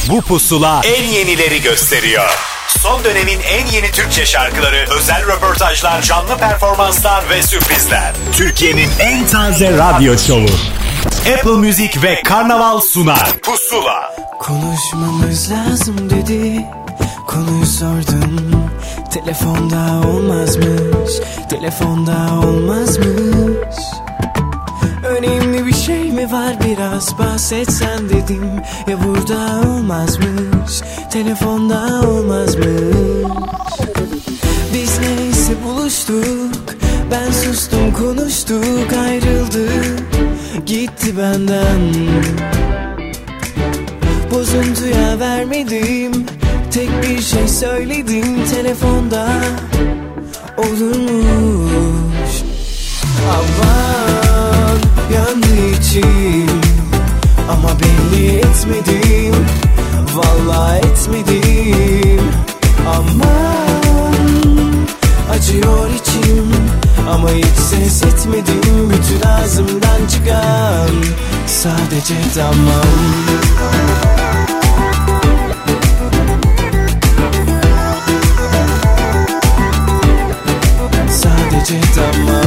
Bu pusula en yenileri gösteriyor. Son dönemin en yeni Türkçe şarkıları, özel röportajlar, canlı performanslar ve sürprizler. Türkiye'nin en taze radyo şovu. Apple Music ve Karnaval sunar. Pusula. Konuşmamız lazım dedi. Konuyu sordum. Telefonda olmazmış. Telefonda olmazmış. Önemli bir şey mi var, biraz bahsetsen dedim. Ya burada olmazmış, telefonda olmazmış. Biz neyse buluştuk, ben sustum konuştuk, ayrıldık, gitti benden. Bozuntuya vermedim, tek bir şey söyledim, telefonda olurmuş. Aman yandı içim ama belli etmedim, vallahi etmedim. Aman acıyor içim ama hiç ses etmedim. Bütün ağzımdan çıkan sadece tamam. Sadece tamam.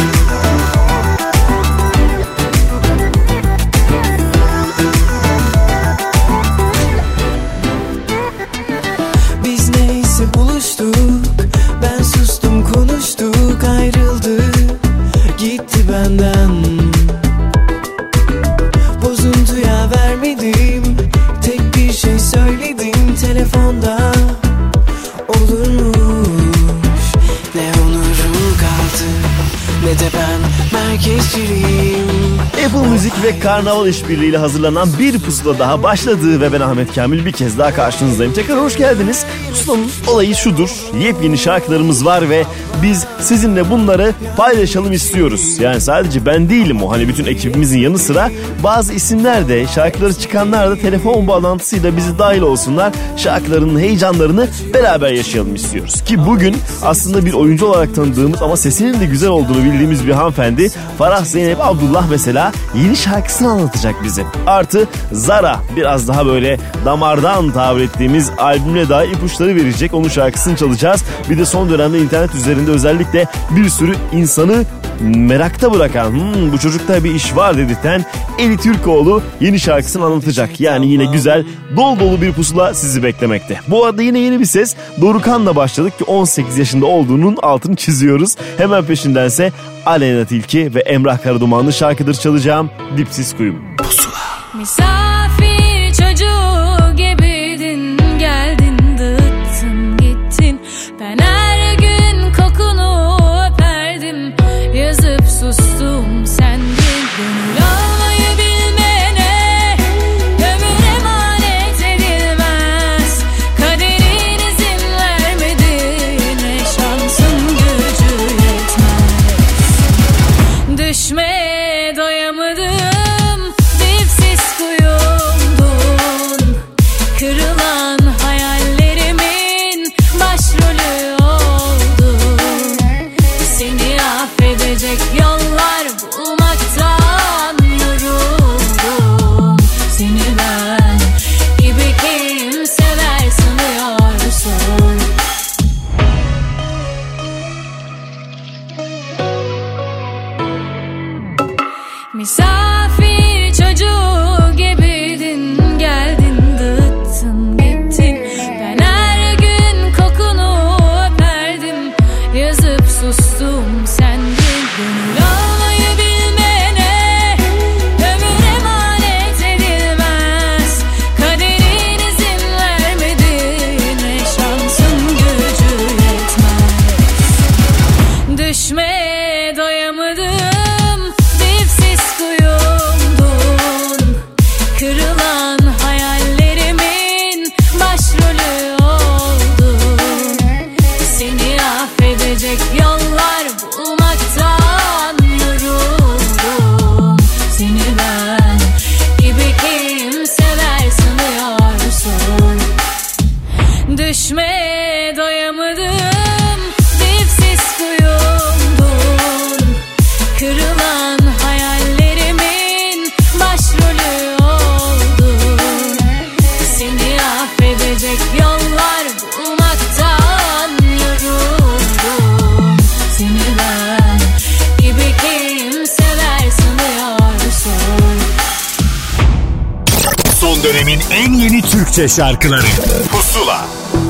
Biz neyse buluştuk, ben sustum konuştuk, ayrıldık, gitti benden. Bozuntuya vermedim, tek bir şey söyledim, telefonda olurmuş. Ne onurum kaldı ne de ben merkezciyim. Apple Music ve Karnaval işbirliğiyle hazırlanan bir pusula daha başladı ve ben Ahmet Kamil bir kez daha karşınızdayım. Tekrar hoş geldiniz. Pusulanın olayı şudur: yepyeni şarkılarımız var ve biz sizinle bunları paylaşalım istiyoruz. Yani sadece ben değilim o, hani bütün ekibimizin yanı sıra bazı isimler de, şarkıları çıkanlar da telefon bağlantısıyla bizi dahil olsunlar. Şarkılarının heyecanlarını beraber yaşayalım istiyoruz. Ki bugün aslında bir oyuncu olarak tanıdığımız ama sesinin de güzel olduğunu bildiğimiz bir hanımefendi Farah Zeynep Abdullah mesela yeni şarkısını anlatacak bize. Artı Zara biraz daha böyle damardan tabir ettiğimiz albümle daha ipuçları verecek. Onun şarkısını çalacağız. Bir de son dönemde internet üzerinde özellikle bir sürü insanı merakta bırakan, bu çocukta bir iş var dedirten Eli Türkoğlu yeni şarkısını anlatacak. Yani yine güzel, dolu dolu bir pusula sizi beklemekte. Bu arada yine yeni bir ses, Dorukhan'la başladık ki 18 yaşında olduğunun altını çiziyoruz. Hemen peşindense Aleyna Tilki ve Emrah Karadumanlı şarkıdır çalacağım. Dipsiz Kuyum. Pusula. Misafir çocuğu gibiydin, geldin dağıttın gittin. Ben her gün kokunu öperdim, yazıp sustum sendin. Gönül almayı bilmeyene ömür emanet edilmez. Kaderin izin vermediğine şansın gücü yetmez. Düşmeye doyamadım dipsiz kuyu. gidecek yollar bulmaktan yoruldum. Seni ben gibi kim sever sanıyorsun? Son dönemin en yeni Türkçe şarkıları Pusula.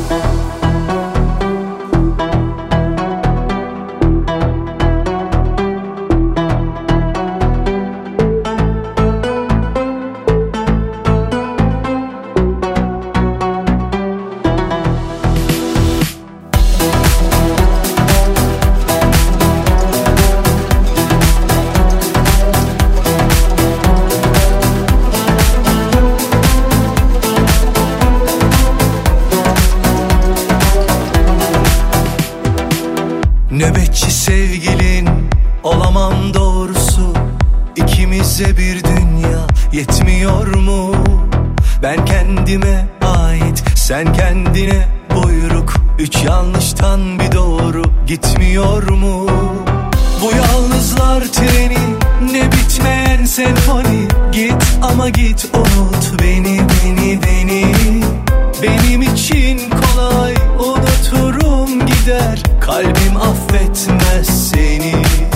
Nöbetçi sevgilin olamam doğrusu. İkimize bir dünya yetmiyor mu? Ben kendime ait, sen kendine buyruk. Üç yanlıştan bir doğru gitmiyor mu? Bu yalnızlar treni, ne bitmeyen senfoni. Git ama git, unut beni, beni, beni. Benim için kolay, unuturum gider. Kalbim affetmez seni.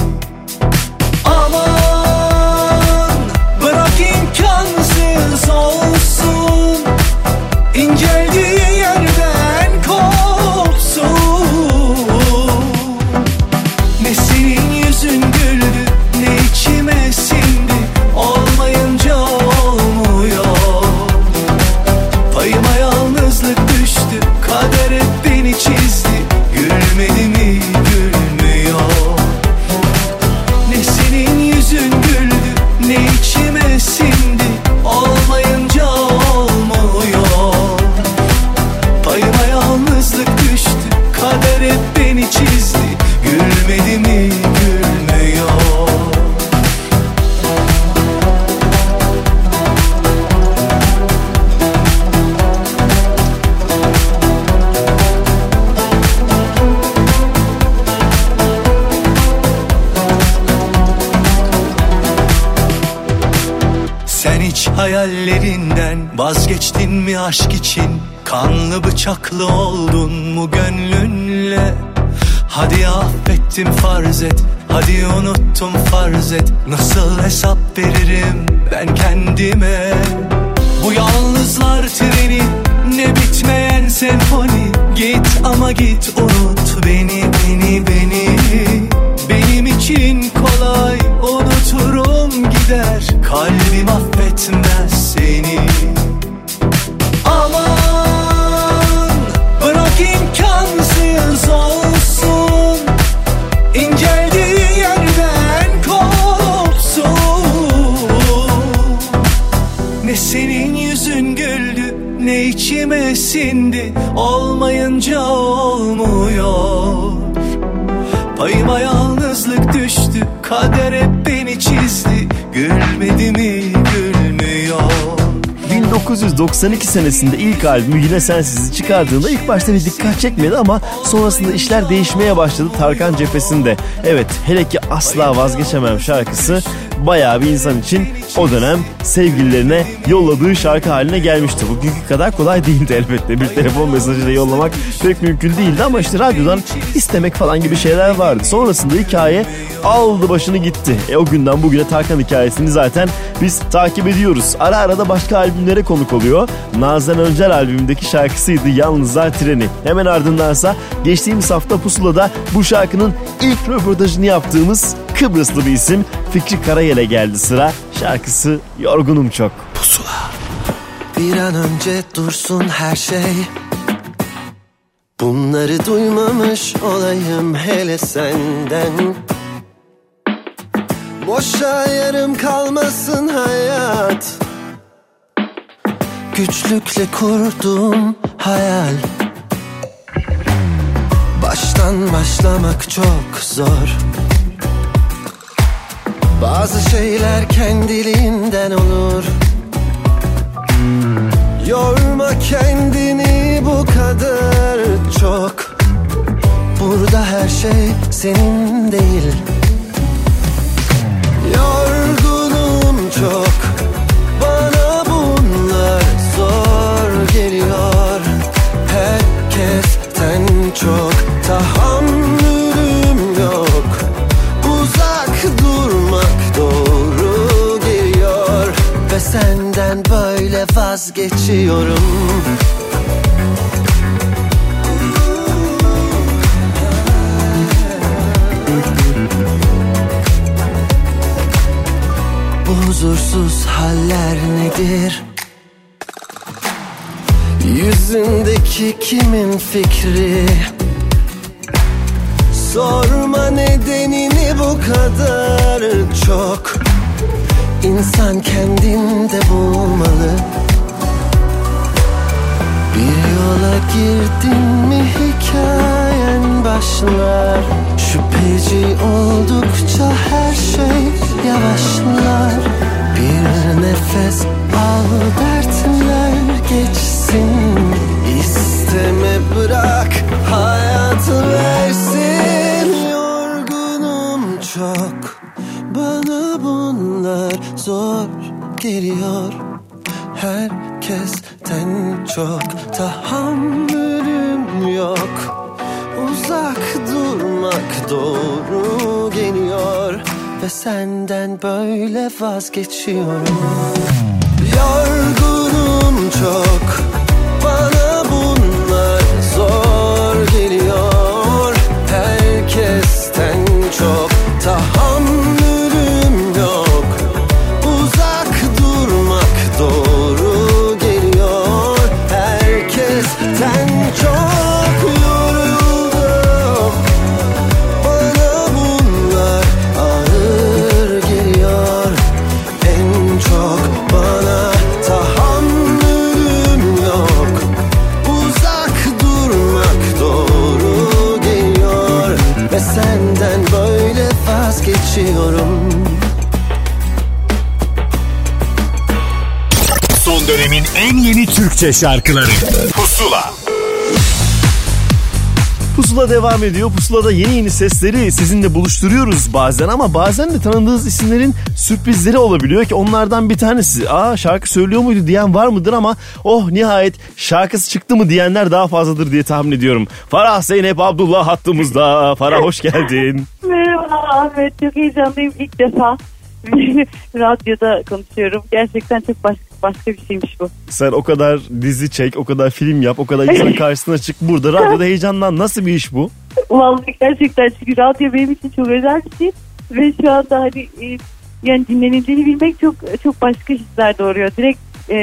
Aman bırak imkansız olsun, İnceldiği yerden kopsun. Ne senin yüzün güldü, ne içime sindi. Olmayınca olmuyor. Payıma yalnızlık düştü, kader hep beni çizdi. Gülmedi mi gülmüyor. Ne senin yüzün güldü, ne içime sindi. Olmayınca olmuyor. Payıma yalnızlık düştü, kader hep beni çizdi. Gülmedi mi gülmüyor. Sen hiç hayallerinden vazgeçtin mi aşk için? Kanlı bıçaklı oldun mu gönlünle? Hadi affettim farz et, hadi unuttum farz et. Nasıl hesap veririm ben kendime? Bu yalnızlar treni, ne bitmeyen senfoni. Git ama git, unut beni, beni, beni. Benim için kolay, unuturum gider. Kalbim affetmez seni. Aman bırak imkansız olsun, İnceldiği yerden kopsun. Ne senin yüzün güldü, ne içime sindi. Olmayınca olmuyor. Payıma yalnızlık düştü, kader hep beni çizdi. Gülmedi mi gülmüyor. 1992 senesinde ilk albümü Yine Sensiz'i çıkardığında ilk başta bir dikkat çekmedi ama sonrasında işler değişmeye başladı Tarkan cephesinde. Evet, hele ki Asla Vazgeçemem şarkısı bayağı bir insan için o dönem sevgililerine yolladığı şarkı haline gelmişti. Bugünkü kadar kolay değildi elbette. Bir telefon mesajıyla yollamak pek mümkün değildi ama işte radyodan istemek falan gibi şeyler vardı. Sonrasında hikaye aldı başını gitti. O günden bugüne Tarkan hikayesini zaten biz takip ediyoruz. Ara ara da başka albümlere konuk oluyor. Nazan Öncel albümündeki şarkısıydı Yalnızlar Treni. Hemen ardındansa geçtiğimiz hafta Pusula'da bu şarkının ilk röportajını yaptığımız Kıbrıslı bir isim Fikri Karayel'e geldi sıra. Şarkısı Yorgunum Çok. Pusula. Bir an önce dursun her şey, bunları duymamış olayım hele senden. Boşa yarım kalmasın hayat, güçlükle kurduğum hayal. Baştan başlamak çok zor, bazı şeyler kendiliğinden olur. Yorma kendini bu kadar çok, burada her şey senin değil. Yorgunum çok, bana bunlar zor geliyor. vazgeçiyorum. Bu huzursuz haller nedir? Yüzündeki kimin fikri? Sorma nedenini bu kadar çok. İnsan kendinde bulmalı. Bir yola girdin mi hikayen başlar. Şüpheci oldukça her şey yavaşlar. Bir nefes al, dertler geçsin. İsteme, bırak hayat versin. Yorgunum çok, bana bunlar zor geliyor. Herkesten çok tahammülüm yok. Uzak durmak doğru geliyor ve senden böyle vazgeçiyorum. Yorgunum çok, bana bunlar zor geliyor. Herkesten çok tahammülüm yok. Uzak durmak doğru geliyor. Herkesten çok yoruldum. Bana bunlar ağır geliyor. En çok bana tahammülüm yok. Uzak durmak doğru geliyor ve senden böyle vazgeçiyorum. Son dönemin en yeni Türkçe şarkıları Pusula. Pusula devam ediyor. Pusula'da yeni sesleri sizinle buluşturuyoruz bazen ama bazen de tanıdığınız isimlerin sürprizleri olabiliyor ki onlardan bir tanesi. Şarkı söylüyor muydu diyen var mıdır ama nihayet şarkısı çıktı mı diyenler daha fazladır diye tahmin ediyorum. Farah Zeynep Abdullah hattımızda. Farah hoş geldin. Merhaba Ahmet, çok heyecanlıyım, ilk defa radyoda konuşuyorum. Gerçekten çok başka bir şeymiş bu. Sen o kadar dizi çek, o kadar film yap, o kadar insanın karşısına çık. Burada radyoda heyecanlan. Nasıl bir iş bu? Vallahi gerçekten, çünkü radyo benim için çok özel bir şey. Ve şu anda hani yani dinlenildiğini bilmek çok çok başka hisler doğuruyor. Direkt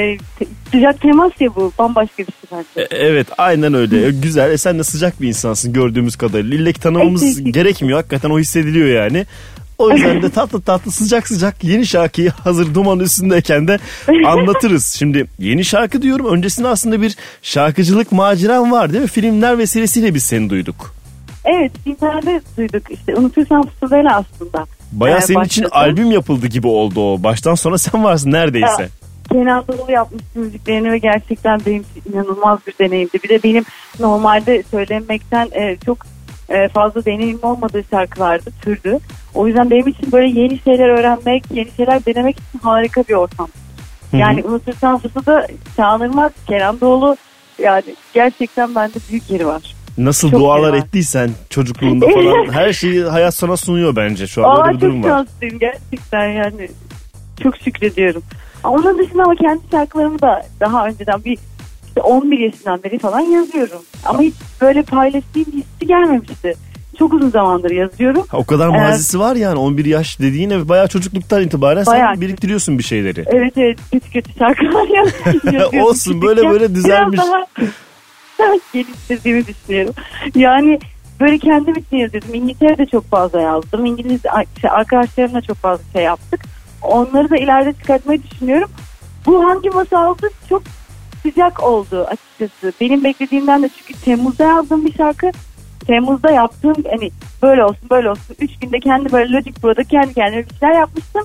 sıcak temas ya, bu bambaşka bir şey bence. Evet, aynen öyle. Güzel. Sen de sıcak bir insansın gördüğümüz kadarıyla. İlle ki tanımamız gerekmiyor. Hakikaten o hissediliyor yani. O yüzden de tatlı sıcak yeni şarkıyı hazır duman üstündeyken de anlatırız. Şimdi yeni şarkı diyorum. Öncesinde aslında bir şarkıcılık maceran var değil mi? Filmler vesilesiyle biz seni duyduk. Evet, filmlerde duyduk işte. Unutursan Pusula'yla aslında. Bayağı senin için albüm yapıldı gibi oldu o. Baştan sona sen varsın neredeyse. Kenan Doğulu yapmıştı müziklerini ve gerçekten benim için inanılmaz bir deneyimdi. Bir de benim normalde söylemekten çok fazla deneyimim olmadığı şarkılardı, türdü. O yüzden benim için böyle yeni şeyler öğrenmek, yeni şeyler denemek için harika bir ortam. Yani Unutursan Fısıl'da Çağan Irmak, Kenan Doğulu, yani gerçekten bende büyük yeri var. Nasıl çok dualar ettiysen çocukluğunda falan her şeyi hayat sana sunuyor bence. Şu an öyle bir durum var. Çok şanslıyım gerçekten, yani çok şükrediyorum. Onun dışında ama kendi şarkılarımı da daha önceden bir 11 yaşından beri falan yazıyorum. Ama hiç böyle paylaştığım hissi gelmemişti. Çok uzun zamandır yazıyorum. O kadar mazisi var yani, 11 yaş dediğin bayağı çocukluktan itibaren bayağı sen biriktiriyorsun bir şeyleri. Evet, kötü şarkılar yazıyorum. Olsun, böyle düzelmiş. Biraz daha geliştirdiğimi düşünüyorum. Yani böyle kendim için yazıyordum. İngiltere'de çok fazla yazdım. İngiliz arkadaşlarımla çok fazla şey yaptık. Onları da ileride çıkartmayı düşünüyorum. Bu hangi masaldı çok sıcak oldu açıkçası. Benim beklediğimden de, çünkü Temmuz'da yazdığım bir şarkı. Temmuz'da yaptığım hani böyle olsun 3 günde kendi böyle Logic Pro'da kendi kendime bir şeyler yapmıştım.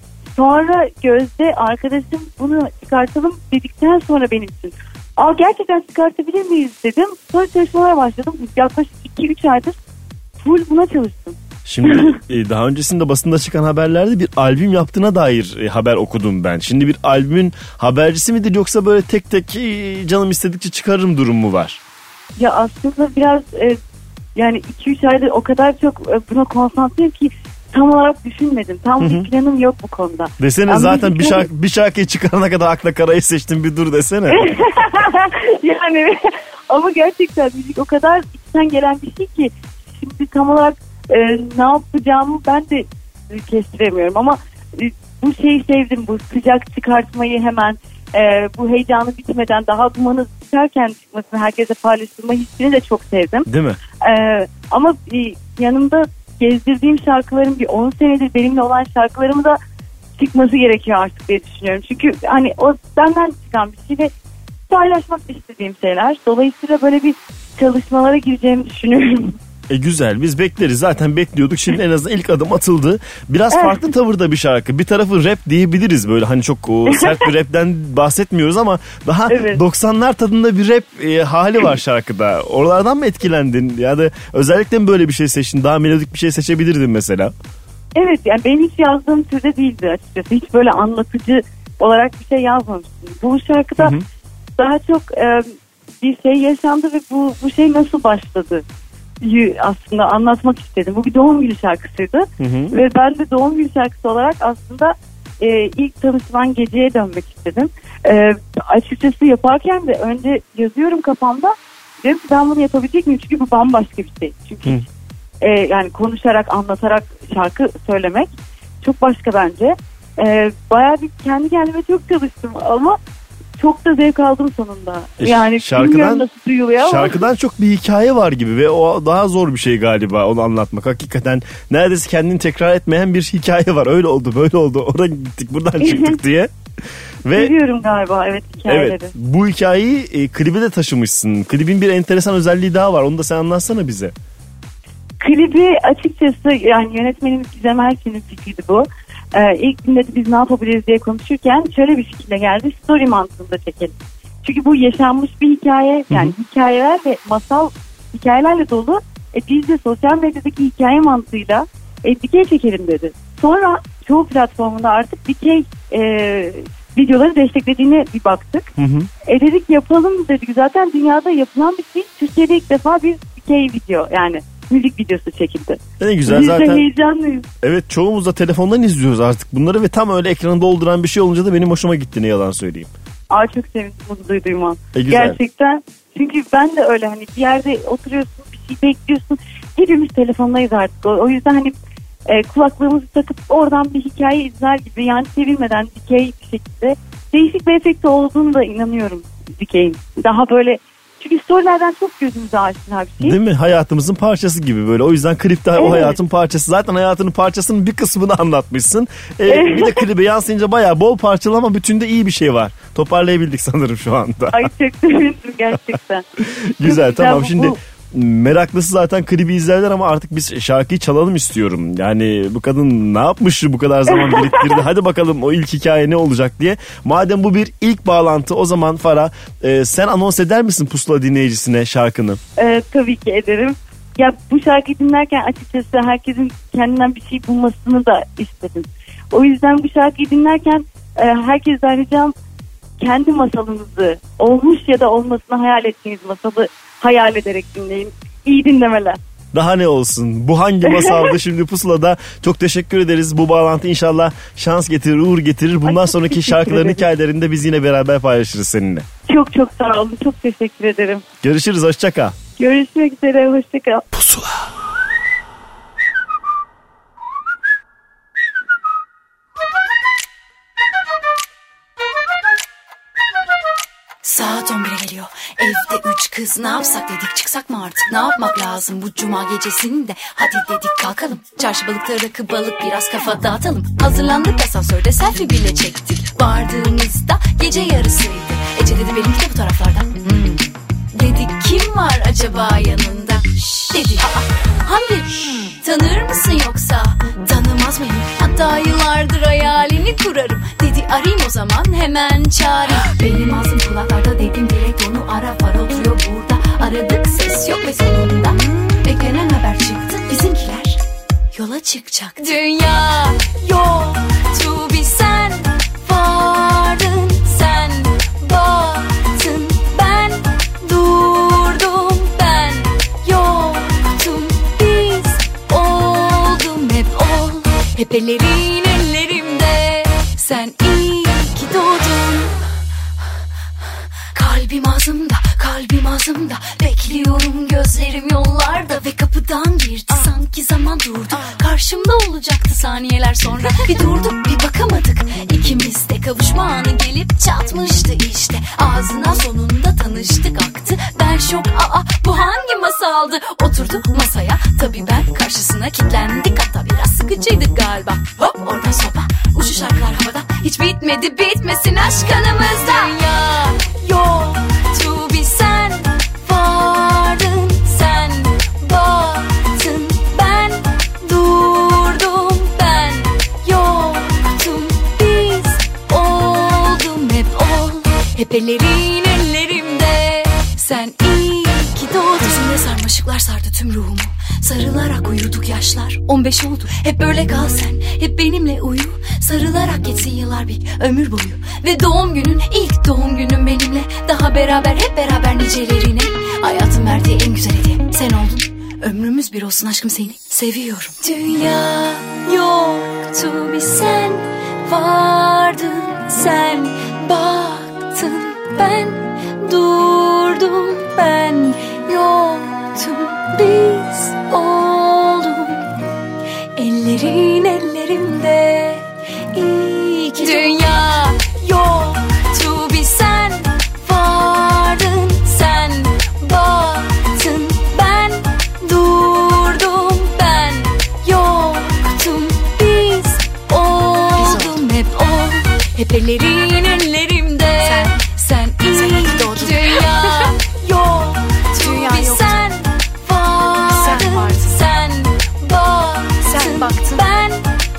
Sonra Gözde arkadaşım bunu çıkartalım dedikten sonra benim için gerçekten çıkartabilir miyiz dedim. Sonra çalışmalara başladım. Yaklaşık 2-3 aydır full buna çalıştım. Şimdi daha öncesinde basında çıkan haberlerde bir albüm yaptığına dair haber okudum ben. Şimdi bir albümün habercisi midir yoksa böyle tek tek canım istedikçe çıkarırım durum mu var? Ya aslında biraz yani 2-3 aydır o kadar çok buna konsantreyim ki tam olarak düşünmedim. Tam bir planım yok bu konuda. Desene Yani zaten bir şarkıyı çıkarana kadar akla karayı seçtin, bir dur desene. Yani ama gerçekten müzik o kadar içten gelen bir şey ki şimdi tam olarak ne yapacağımı ben de kestiremiyorum ama bu şeyi sevdim, bu sıcak çıkartmayı hemen bu heyecanı bitmeden daha dumanı çıkarken çıkmasını, herkese paylaşılma hissini de çok sevdim. Değil mi? Ama yanımda gezdirdiğim şarkıların bir 10 senedir benimle olan şarkılarımı da çıkması gerekiyor artık diye düşünüyorum. Çünkü hani o benden çıkan bir şey ve paylaşmak istediğim şeyler. Dolayısıyla böyle bir çalışmalara gireceğimi düşünüyorum. Güzel, biz bekleriz, zaten bekliyorduk, şimdi en azından ilk adım atıldı. Biraz farklı tavırda bir şarkı, bir tarafı rap diyebiliriz, böyle hani çok sert bir rapten bahsetmiyoruz ama daha 90'lar tadında bir rap hali var şarkıda. Oralardan mı etkilendin ya da özellikle mi böyle bir şey seçtin, daha melodik bir şey seçebilirdin mesela? Evet, yani benim hiç yazdığım türde değildi açıkçası, hiç böyle anlatıcı olarak bir şey yazmamıştım. Bu şarkıda daha çok bir şey yaşandı ve bu şey nasıl başladı aslında anlatmak istedim. Bu bir doğum günü şarkısıydı. Ve ben de doğum günü şarkısı olarak aslında ilk tanışılan geceye dönmek istedim. Açıkçası yaparken de önce yazıyorum kafamda. Dedim ki ben bunu yapabilecek miyim? Çünkü bu bambaşka bir şey. Çünkü yani konuşarak, anlatarak şarkı söylemek çok başka bence. Bayağı bir kendi kendime çok çalıştım ama çok da zevk aldım sonunda. Yani bilmiyorum nasıl duyuluyor ama. Şarkıdan çok bir hikaye var gibi ve o daha zor bir şey galiba, onu anlatmak. Hakikaten neredeyse kendini tekrar etmeyen bir hikaye var. Öyle oldu, böyle oldu, oradan gittik, buradan çıktık diye. Ve biliyorum galiba hikayeleri. Evet, bu hikayeyi klibe de taşımışsın. Klibin bir enteresan özelliği daha var. Onu da sen anlatsana bize. Klibi açıkçası yani yönetmenimiz Gizem Erkin'in fikriydi bu. İlk dinledi biz ne yapabiliriz diye konuşurken şöyle bir fikirle geldi. Story mantığında çekelim. Çünkü bu yaşanmış bir hikaye. Yani hikayeler ve masal hikayelerle dolu. Biz de sosyal medyadaki hikaye mantığıyla dikey çekelim dedi. Sonra çoğu platformunda artık dikey videoları desteklediğine bir baktık. Dedik yapalım dedik. Zaten dünyada yapılan bir şey. Türkiye'de ilk defa bir dikey video, yani müzik videosu çekildi. Ne güzel, biz zaten. Biz de heyecanlıyız. Evet, çoğumuz da telefondan izliyoruz artık bunları ve tam öyle ekranı dolduran bir şey olunca da benim hoşuma gitti, ne yalan söyleyeyim. Çok sevindim bunu duyduğuma. Güzel. Gerçekten. Çünkü ben de öyle, hani bir yerde oturuyorsun, bir şey bekliyorsun. Hepimiz telefondayız artık. O yüzden hani kulaklığımızı takıp oradan bir hikaye izler gibi, yani sevilmeden dikey bir şekilde değişik bir efekti olduğunu da inanıyorum dikeyin. Daha böyle, çünkü storylerden çok gözümüze aşina bir şey. Değil mi? Hayatımızın parçası gibi böyle. O yüzden klipte o hayatın parçası. Zaten hayatının parçasının bir kısmını anlatmışsın. Bir de klibe yansıyınca bayağı bol parçalı ama bütünde iyi bir şey var. Toparlayabildik sanırım şu anda. Ay çok sevindim gerçekten. Güzel, tamam. Şimdi meraklısı zaten klibi izlerler ama artık biz şarkıyı çalalım istiyorum. Yani bu kadın ne yapmış bu kadar zaman biriktirdi. Hadi bakalım o ilk hikaye ne olacak diye. Madem bu bir ilk bağlantı, o zaman Farah sen anons eder misin Pusula dinleyicisine şarkını? Tabii ki ederim. Ya bu şarkıyı dinlerken açıkçası herkesin kendinden bir şey bulmasını da istedim. O yüzden bu şarkıyı dinlerken herkesten ricam kendi masalınızı, olmuş ya da olmasını hayal ettiğiniz masalı hayal ederek dinleyin. İyi dinlemeler. Daha ne olsun? Bu hangi masaldı şimdi Pusula'da? Çok teşekkür ederiz. Bu bağlantı inşallah şans getirir, uğur getirir. Bundan sonraki şarkıların hikayelerini de biz yine beraber paylaşırız seninle. Çok çok sağ olun. Çok teşekkür ederim. Görüşürüz. Hoşça kal. Görüşmek üzere. Hoşça kal. Pusula. Saat 11'e geliyor. Evde 3 kız, ne yapsak dedik, çıksak mı artık, ne yapmak lazım bu cuma gecesinde? Hadi dedik kalkalım, çarşı balıkları, rakı balık, biraz kafa dağıtalım. Hazırlandık, asansörde selfie bile çektik. Vardığımızda gece yarısıydı. Ece dedi benimki de bu taraflarda. Dedik kim var acaba yanında? Dedi hangi? Tanır mısın yoksa? Tanımaz mıyım? Hatta yıllardır hayalini kurarım. Dedi arayayım o zaman, hemen çağırayım. Benim ağzım kulaklarda, dedim direkt onu ara. Farol duruyor burada, aradık ses yok ve sonunda beklenen haber çıktı. Bizimkiler yola çıkacaktı. Dünya yoktu, bir sen vardın. Sen baktın, ben durdum. Ben yoktum, biz oldum, hep oldum. Hep ellerin ellerimde. Sen iyi ki doğdun. Kalbim ağzımda, kalbim ağzımda. Bekliyorum, gözlerim yollarda. Ve kapıdan girdi, sanki zaman durdu. Karşımda olacaktı saniyeler sonra. Bir durduk, bir bakamadık. İkimiz de kavuşma anı gelip çatmıştı işte. Ağzına sonunda tanıştık, aktı. Ben şok, bu hangi masaldı? Oturduk masaya, tabii ben karşısına kilitlendik. Hatta biraz sıkıcıydık galiba. Hop oradan sopa, uçu şarkılar havada. Hiç bitmedi, bitmesin aşk kanımızda. Dünya yoktu, bir sen vardın. Sen baktın, ben durdum. Ben yoktum, biz oldum. Hep ol, hep ellerin ellerimde. Sen iyi ki doğdun. Gözümde sarmaşıklar sardı tüm ruhumu. Sarılarak uyuduk yaşlar 15 oldu. Hep böyle kal sen, hep benimle uyu. Sarılarak geçsin yıllar bir ömür boyu. Ve doğum günün, ilk doğum günün benimle. Daha beraber, hep beraber nicelerine. Hayatım verdiği en güzel hediye sen oldun. Ömrümüz bir olsun aşkım, seni seviyorum. Dünya yoktu, bir sen vardın. Sen baktın, ben durdum. Ben yoktum, biz oldum. Ellerin ellerimde. İyi ki dünya yoktu, bir sen vardın. Sen baktın, ben durdum. Ben yoktum, biz oldum. Hep ol, hep ellerin ellerimde. Sen iyi ki doğdun. Dünya yoktu, bir sen vardın. Sen baktın, ben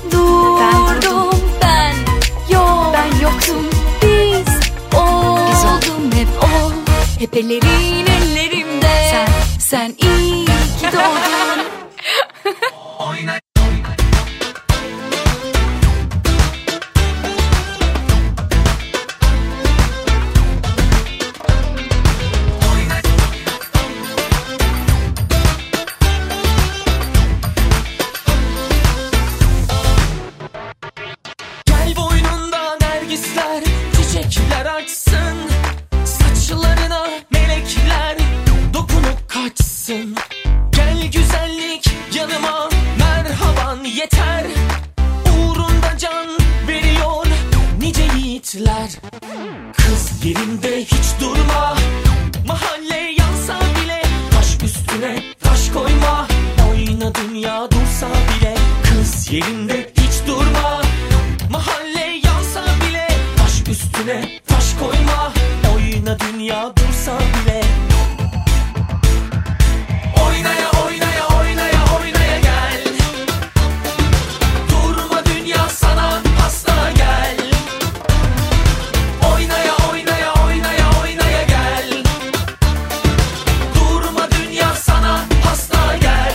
durdum. Ben yoktum, biz oldum. Hep ol, hep ellerin ellerimde. Sen iyi ki doğdun. Gel boynunda nergisler, çiçekler açsın. Saçlarına melekler dokunup kaçsın. Gel güzellik yanıma, merhaban yeter. Uğrunda can veriyor nice yiğitler. Kız yerinde hiç durma, mahalle yansa bile. Taş üstüne taş koyma, oyna dünya dursa bile. Kız yerinde hiç durma, mahalle yansa bile. Taş üstüne taş koyma, oyna dünya dursa bile. Oynaya oynaya oynaya oynaya gel. Durma dünya sana hasta gel. Oynaya oynaya oynaya oynaya gel. Durma dünya sana hasta gel.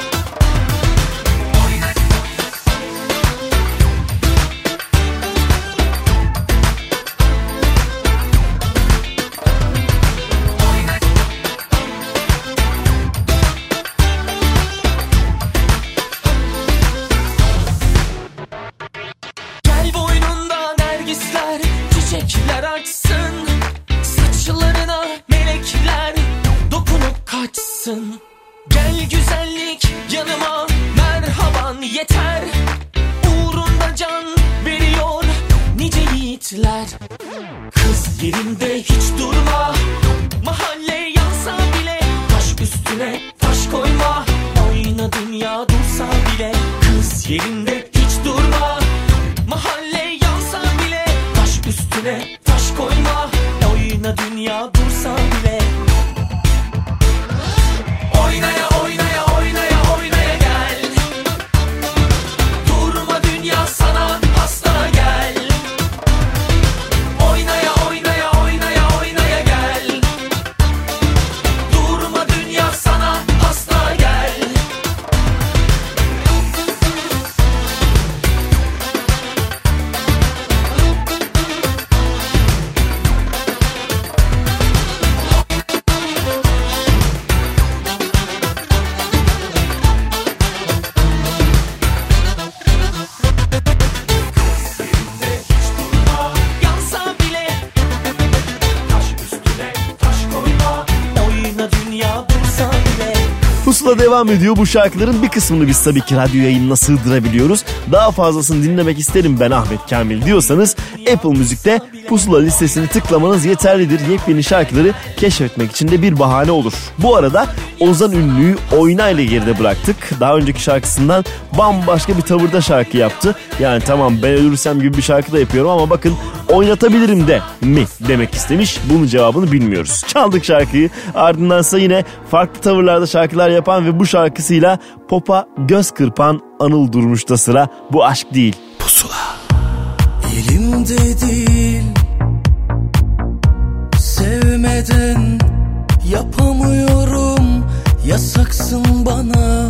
Gel boynunda nergisler, çiçekler açsın. Saçlarına melekler dokunup kaçsın. Gel güzellik yanıma, merhaban yeter. Uğrunda can veriyor nice yiğitler. Kız yerinde hiç durma, mahalle yansa bile. Taş üstüne taş koyma, oyna dünya dursa bile. Kız yerinde hiç durma, mahalle yansa bile. Taş üstüne taş koyma, oyna dünya dursa bile. Oynaya oynaya oynaya oynaya gel. Durma dünya sana hasta gel. Oynaya oynaya oynaya oynaya gel. Durma dünya sana hasta gel. Pusula devam ediyor. Bu şarkıların bir kısmını biz tabii ki radyo yayınına sığdırabiliyoruz. Daha fazlasını dinlemek isterim ben Ahmet Kamil diyorsanız Apple Müzik'te Pusula listesini tıklamanız yeterlidir. Yepyeni şarkıları keşfetmek için de bir bahane olur. Bu arada Ozan Ünlü'yü Oyna ile geride bıraktık. Daha önceki şarkısından bambaşka bir tavırda şarkı yaptı. Yani tamam ben ölürsem gibi bir şarkı da yapıyorum ama bakın oynatabilirim de mi demek istemiş. Bunun cevabını bilmiyoruz. Çaldık şarkıyı. Ardındansa yine farklı tavırlarda şarkılar yapan ve bu şarkısıyla pop'a göz kırpan Anıl Durmuş'ta sıra. Bu aşk değil. Pusula. Elimde değil, sevmeden yapamıyorum, yasaksın bana.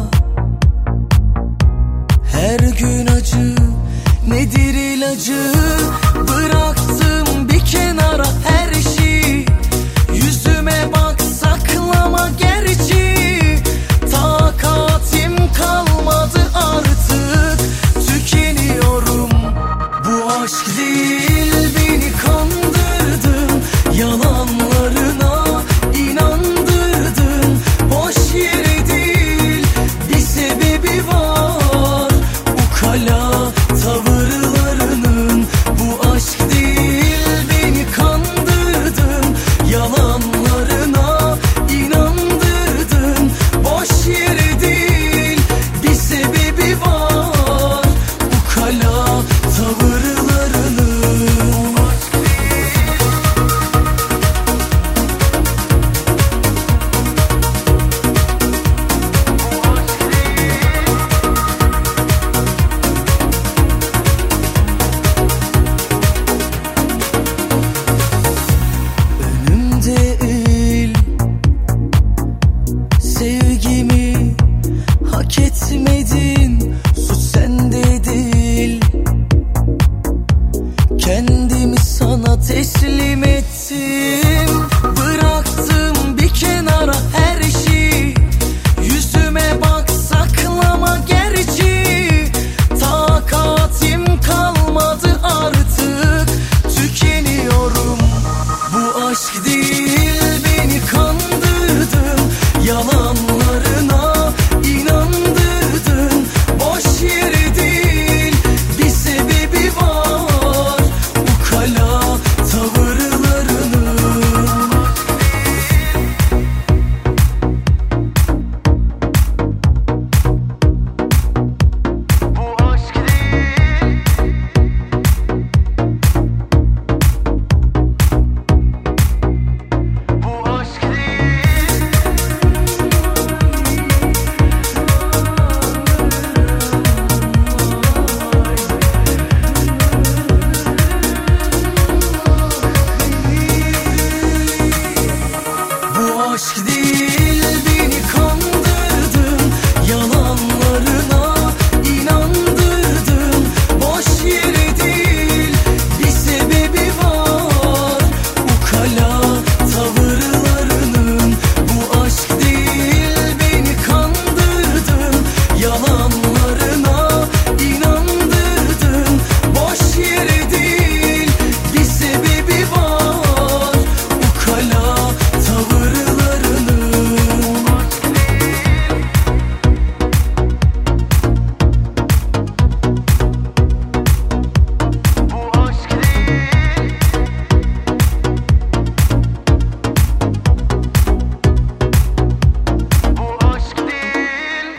Her gün acı, nedir ilacı? Bıraktım bir kenara her şeyi. Yüzüme bak, saklama gerçi. Takatim kalmadı artık, tükeniyorum. Bu aşk değil, beni kandırdın, yalanlarına inandırdın. Boş yere değil, bir sebebi var, ukala tavırlarının. Bu aşk değil, beni kandırdın, yalanlarına inandırdın. Boş yere değil, bir sebebi var, ukala tavırlarının. Önümde eğil, sevgimi hak etmedin, suç sende değil. Kendimi sana teslim ettim, bıraktım bir kenara her şeyi. Yüzüme bak, saklama gerçi. Takatim kalmadı artık, tükeniyorum. Bu aşk değil, beni kandırdın, yalanlarına inandırdın. Boş yere değil, bir sebebi var, ukala tavırlarının. Bu aşk değil. Bu aşk değil. Bu aşk değil, beni kandırdın, yalanlarına inandırdın. Boş yere değil, bir sebebi var, ukala tavırlarının. Bu aşk değil, beni kandırdın, yalanlarına inandırdın. Boş yere değil, bir sebebi var, ukala tavırlarının. Bu aşk değil. Bu aşk değil.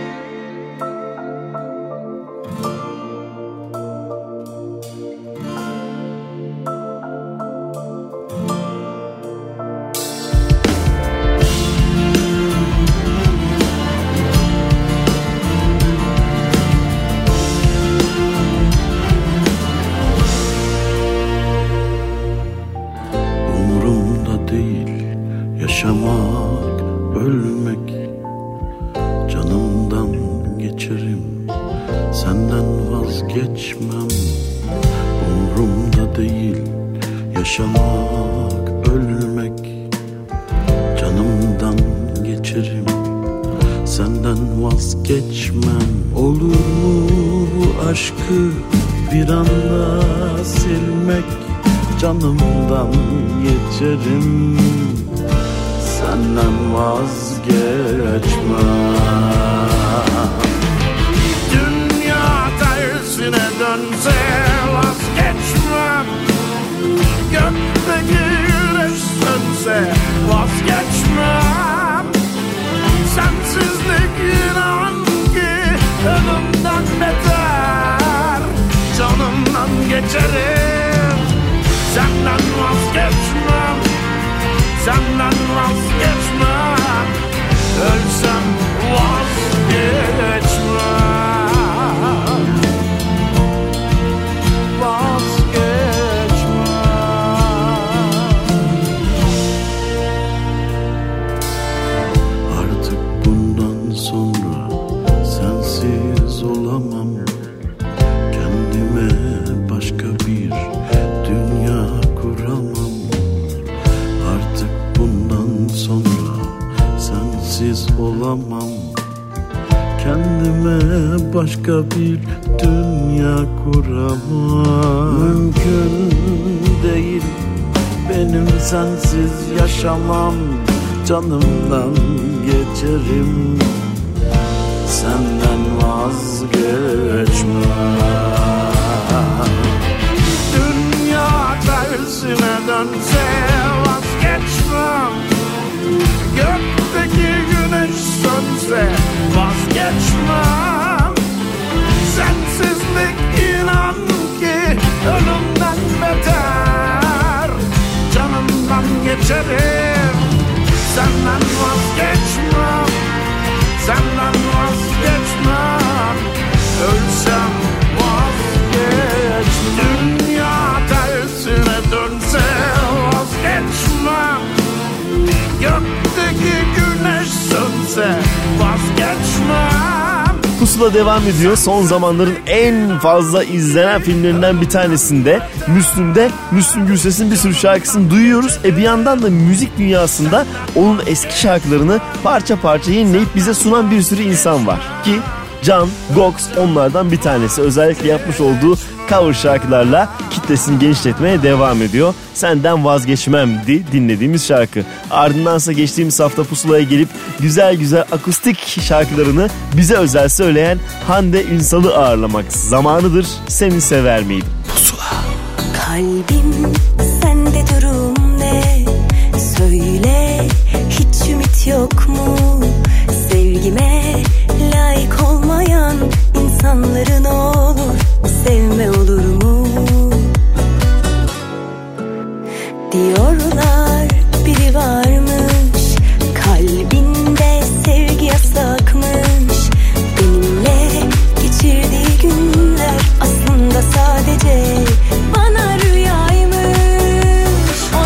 Umrumda değil yaşamak, ölmek. Canımdan geçerim, senden vazgeçmem. Umrumda değil yaşamak, ölmek. Canımdan geçerim, senden vazgeçmem. Olur mu bu aşkı bir anda silmek? Canımdan geçerim, senden vazgeçmem. Dünya tersine dönse vazgeçmem. Gökteki güneş sönse vazgeçmem. Sensizlik inan ki ölümden beter. Canımdan geçerim, senden vazgeçmem. Senden vazgeçmem. Ölsem vazgeçmem. Vazgeçmem. Artık bundan sonra sensiz olamam. Kendime başka bir dünya kuramam. Artık bundan sonra sensiz olamam. Kendime başka bir dünya kuramam. Mümkün değil benim sensiz yaşamam. Canımdan geçerim, senden vazgeçmem. Dünya tersine dönse vazgeçmem. Gökteki güneş sönse vazgeçmem. Sensizlik inan ki ölümden beter. Canımdan geçerim, senden vazgeçmem. Senden vazgeçmem. Ölsem vazgeçmem. Dünya tersine dönse vazgeçmem. Gökteki güneş sönse vazgeçmem. Pusula devam ediyor. Son zamanların en fazla izlenen filmlerinden bir tanesinde Müslüm Gürses'in bir sürü şarkısını duyuyoruz. Bir yandan da müzik dünyasında onun eski şarkılarını parça parça yenileyip bize sunan bir sürü insan var. Ki Can, Gox onlardan bir tanesi. Özellikle yapmış olduğu cover şarkılarla kitlesini genişletmeye devam ediyor. Senden vazgeçmemdi dinlediğimiz şarkı. Ardındansa geçtiğimiz hafta Pusula'ya gelip güzel güzel akustik şarkılarını bize özel söyleyen Hande Ünsal'ı ağırlamak zamanıdır. Seni sever miydim? Pusula. Kalbim sende durum ne? Söyle hiç ümit yok mu? Sevgime layık olmayan insanların olur. Sevme olur mu? Diyorlar biri varmış, kalbinde sevgi yasakmış. Benimle geçirdiği günler aslında sadece bana rüyaymış.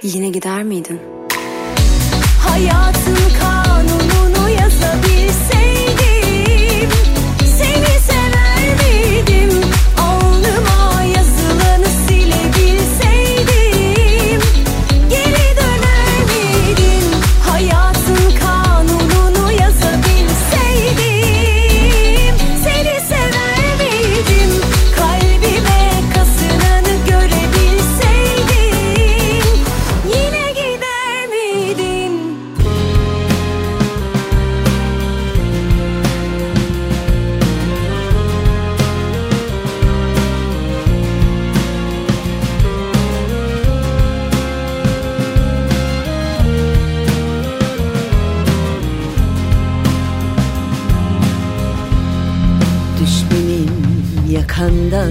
yine gider miydin? Hayatın kanununu yazabilseydim, seni sever miydim? Alnıma yazılanı silebilseydim, geri döner miydin? Hayatın kanununu yazabilseydim, seni sever miydim? Kalbime kasınanı görebilseydim, yine gider miydin? Düşmenin yakandan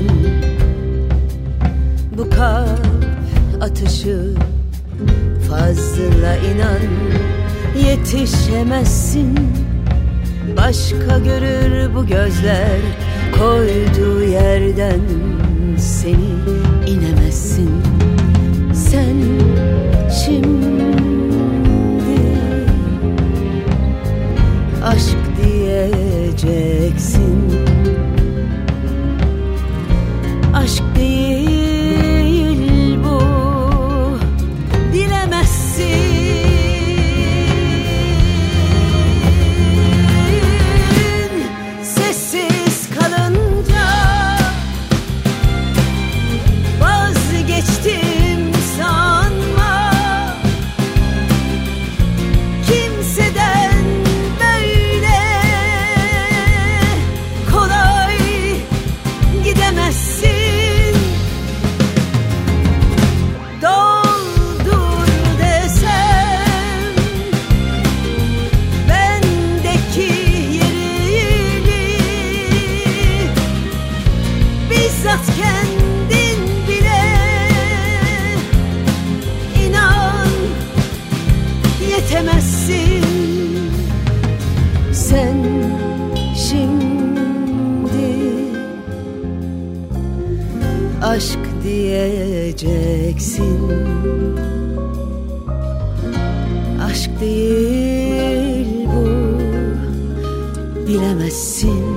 bu kalp atışı fazla inan, yetişemezsin. Başka görür bu gözler koyduğu yerden, seni inemezsin. Sen şimdi aşk diyeceksin. Aşk değil bu, bilemezsin. Sessiz kalınca vazgeçtim sanma. Kimseden böyle kolay gidemezsin. Doldur desem bendeki yerini, bizzat kendin bile inan yetemezsin. Sen şimdi aşk diyeceksin. Aşk değil bu, bilemezsin.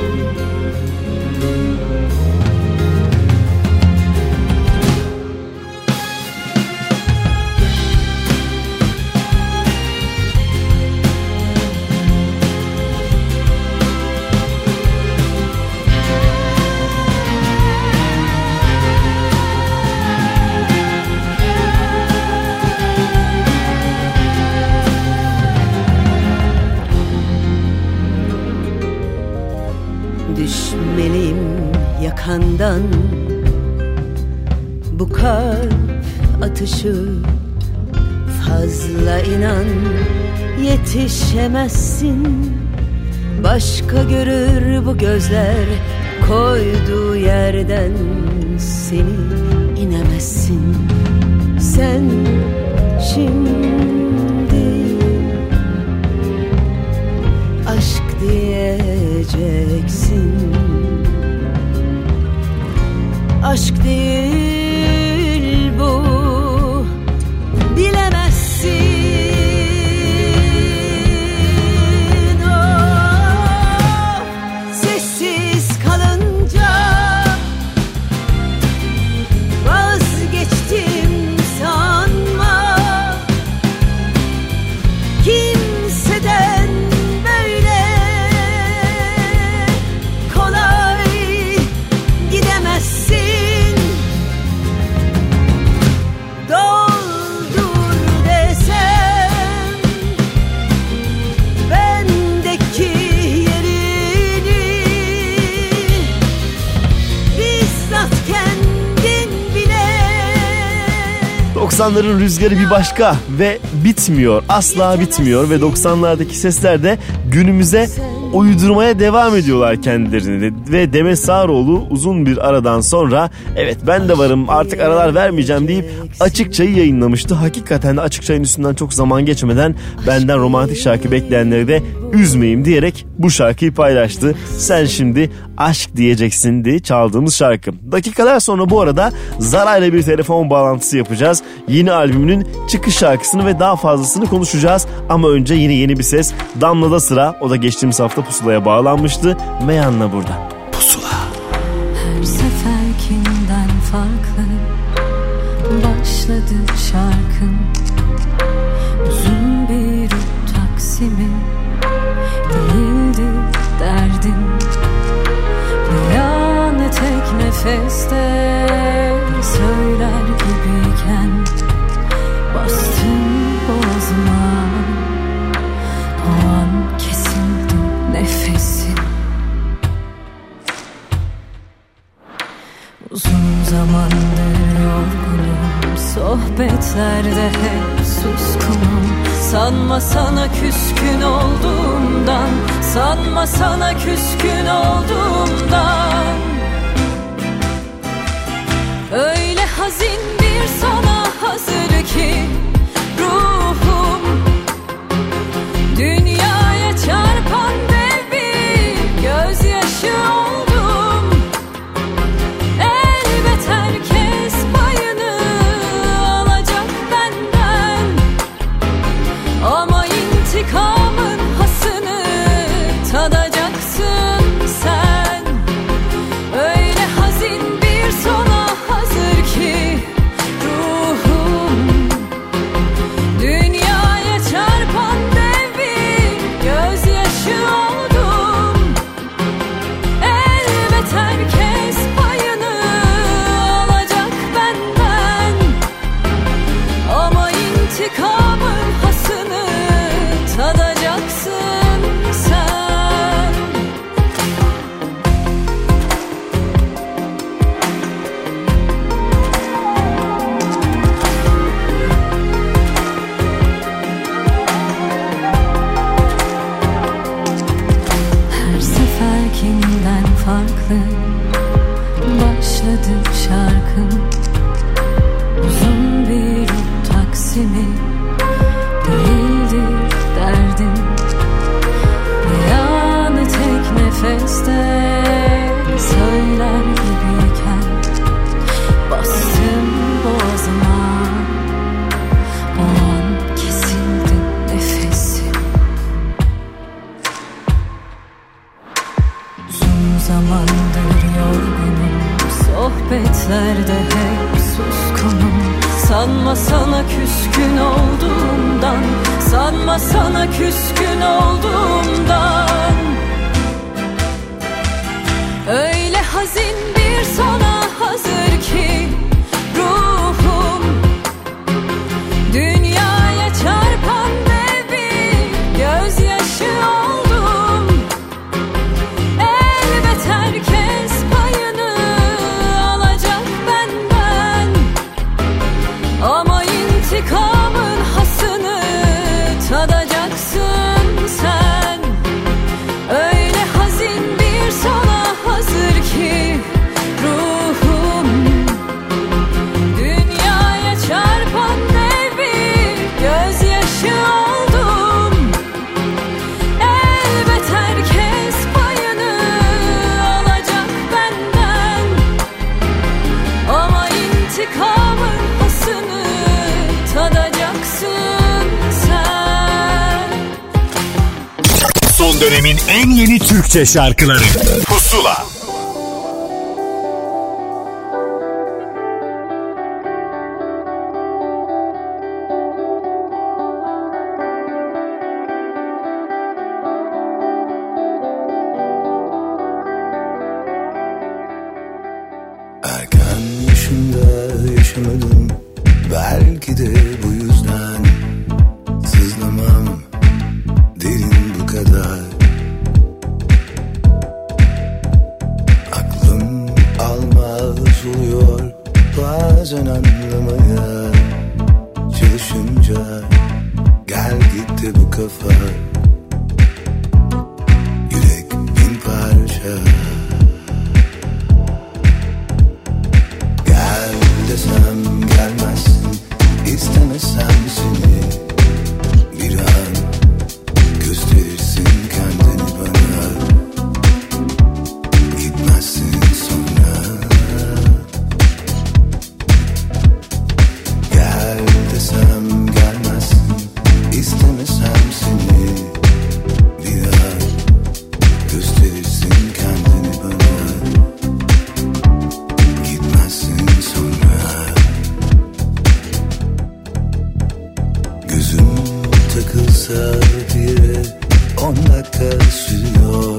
Düşmeliyim yakandan bu kalp atışı fazla inan, yetişemezsin. Başka görür bu gözler koyduğu yerden, seni inemezsin. Sen şimdi aşk diyeceksin. Aşk değil bu, bilemezsin. Oh, sessiz kalınca vazgeçtim sanma. Kimseden böyle kolay gidemezsin. Doldur desem bendeki yerini, bizzat kendin bile. 90'ların rüzgarı bir başka ve bitmiyor, asla bitmiyor ve 90'lardaki sesler de günümüze uydurmaya devam ediyorlar kendilerini ve Demet Sağaroğlu uzun bir aradan sonra evet ben de varım artık aralar vermeyeceğim deyip Açıkça'yı yayınlamıştı. Hakikaten de Açıkça'nın üstünden çok zaman geçmeden benden romantik şarkı bekleyenleri de üzmeyeyim diyerek bu şarkıyı paylaştı. Sen şimdi aşk diyeceksin diye çaldığımız şarkı. Dakikalar sonra bu arada Zara ile bir telefon bağlantısı yapacağız. Yeni albümünün çıkış şarkısını ve daha fazlasını konuşacağız. Ama önce yeni bir ses. Damla'da sıra. O da geçtiğimiz hafta Pusula'ya bağlanmıştı. Meyan'la burada. Pusula. Her seferkinden farklı başladı şarkım. Uzun bir Taksim'i değildi derdim. Yani tek nefeste söyler gibiyken bastım boğazıma. O an kesildi nefesim. Uzun zamandır yorgunum, sohbetlerde hep suskunum. Sanma sana küskün olduğumdan, sanma sana küskün olduğumdan. Öyle hazin bir sona hazır ki ruhum, dünyaya çarpan dev bir gözyaşı oldum. Elbet herkes payını alacak benden, ama intikamın hasını tadacaksın sen. Öyle hazin bir sona hazır ki ruhum, dünyaya çarpan dev bir gözyaşı oldum. Elbet herkes payını alacak benden, ama intikamın hasını tadacaksın sen. Her seferkinden farklı başladı şarkım. Uzun bir Taksim'i değildi derdim. Yani tek nefeste söyler gibiyken bastım boğazıma. O an kesildi nefesim. Uzun zamandır yorgunum, sohbetlerde hep suskunum. Sanma sana küskün olduğumdan, sanma sana küskün olduğumdan. Öyle hazin bir sona hazır ki ruhum, dünyaya çarpan dev bir gözyaşı oldum. Elbet herkes payını alacak benden, ama intikamın hasını tadacaksın sen. Öyle hazin bir sona hazır ki ruhum, dünyaya çarpan dev bir gözyaşı oldum. Elbet herkes payını alacak benden, ama intikamın hasını tadacaksın sen. Son dönemin en yeni Türkçe şarkıları Pusula. Erken yaşımda yaşamadım, belki de bu yüzden sızlamam derin bu kadar. Aklım almaz oluyor bazen anlamaya çalışınca, gel gitti bu kafa. Yüreğim olmasa diye 10 dakika sürüyor.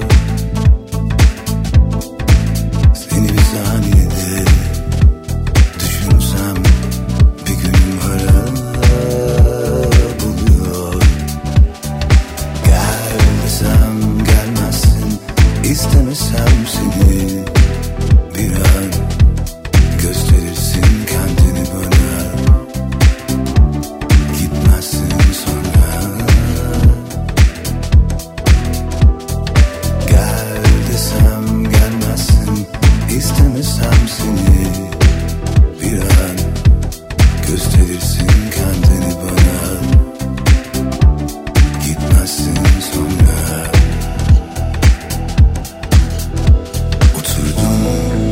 Seni bir saniyede düşünsem bir günüm hala buluyor. Gel desem gelmezsin, istemesem seni bir an gösterirsin kendini bana. Gitmezsin sonra. Gel desem gelmezsin, istemesem seni bir an gösterirsin kendini bana. Gitmezsin sonra. Oturdum,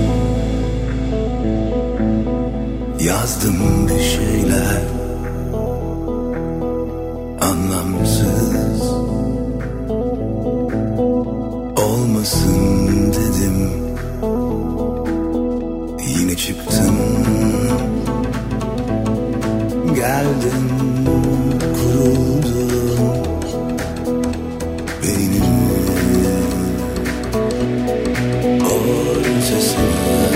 yazdım bir şeyler anlamsız, olmasın dedim. Yine çıktım, geldin, kuruldun beynimin ortasına.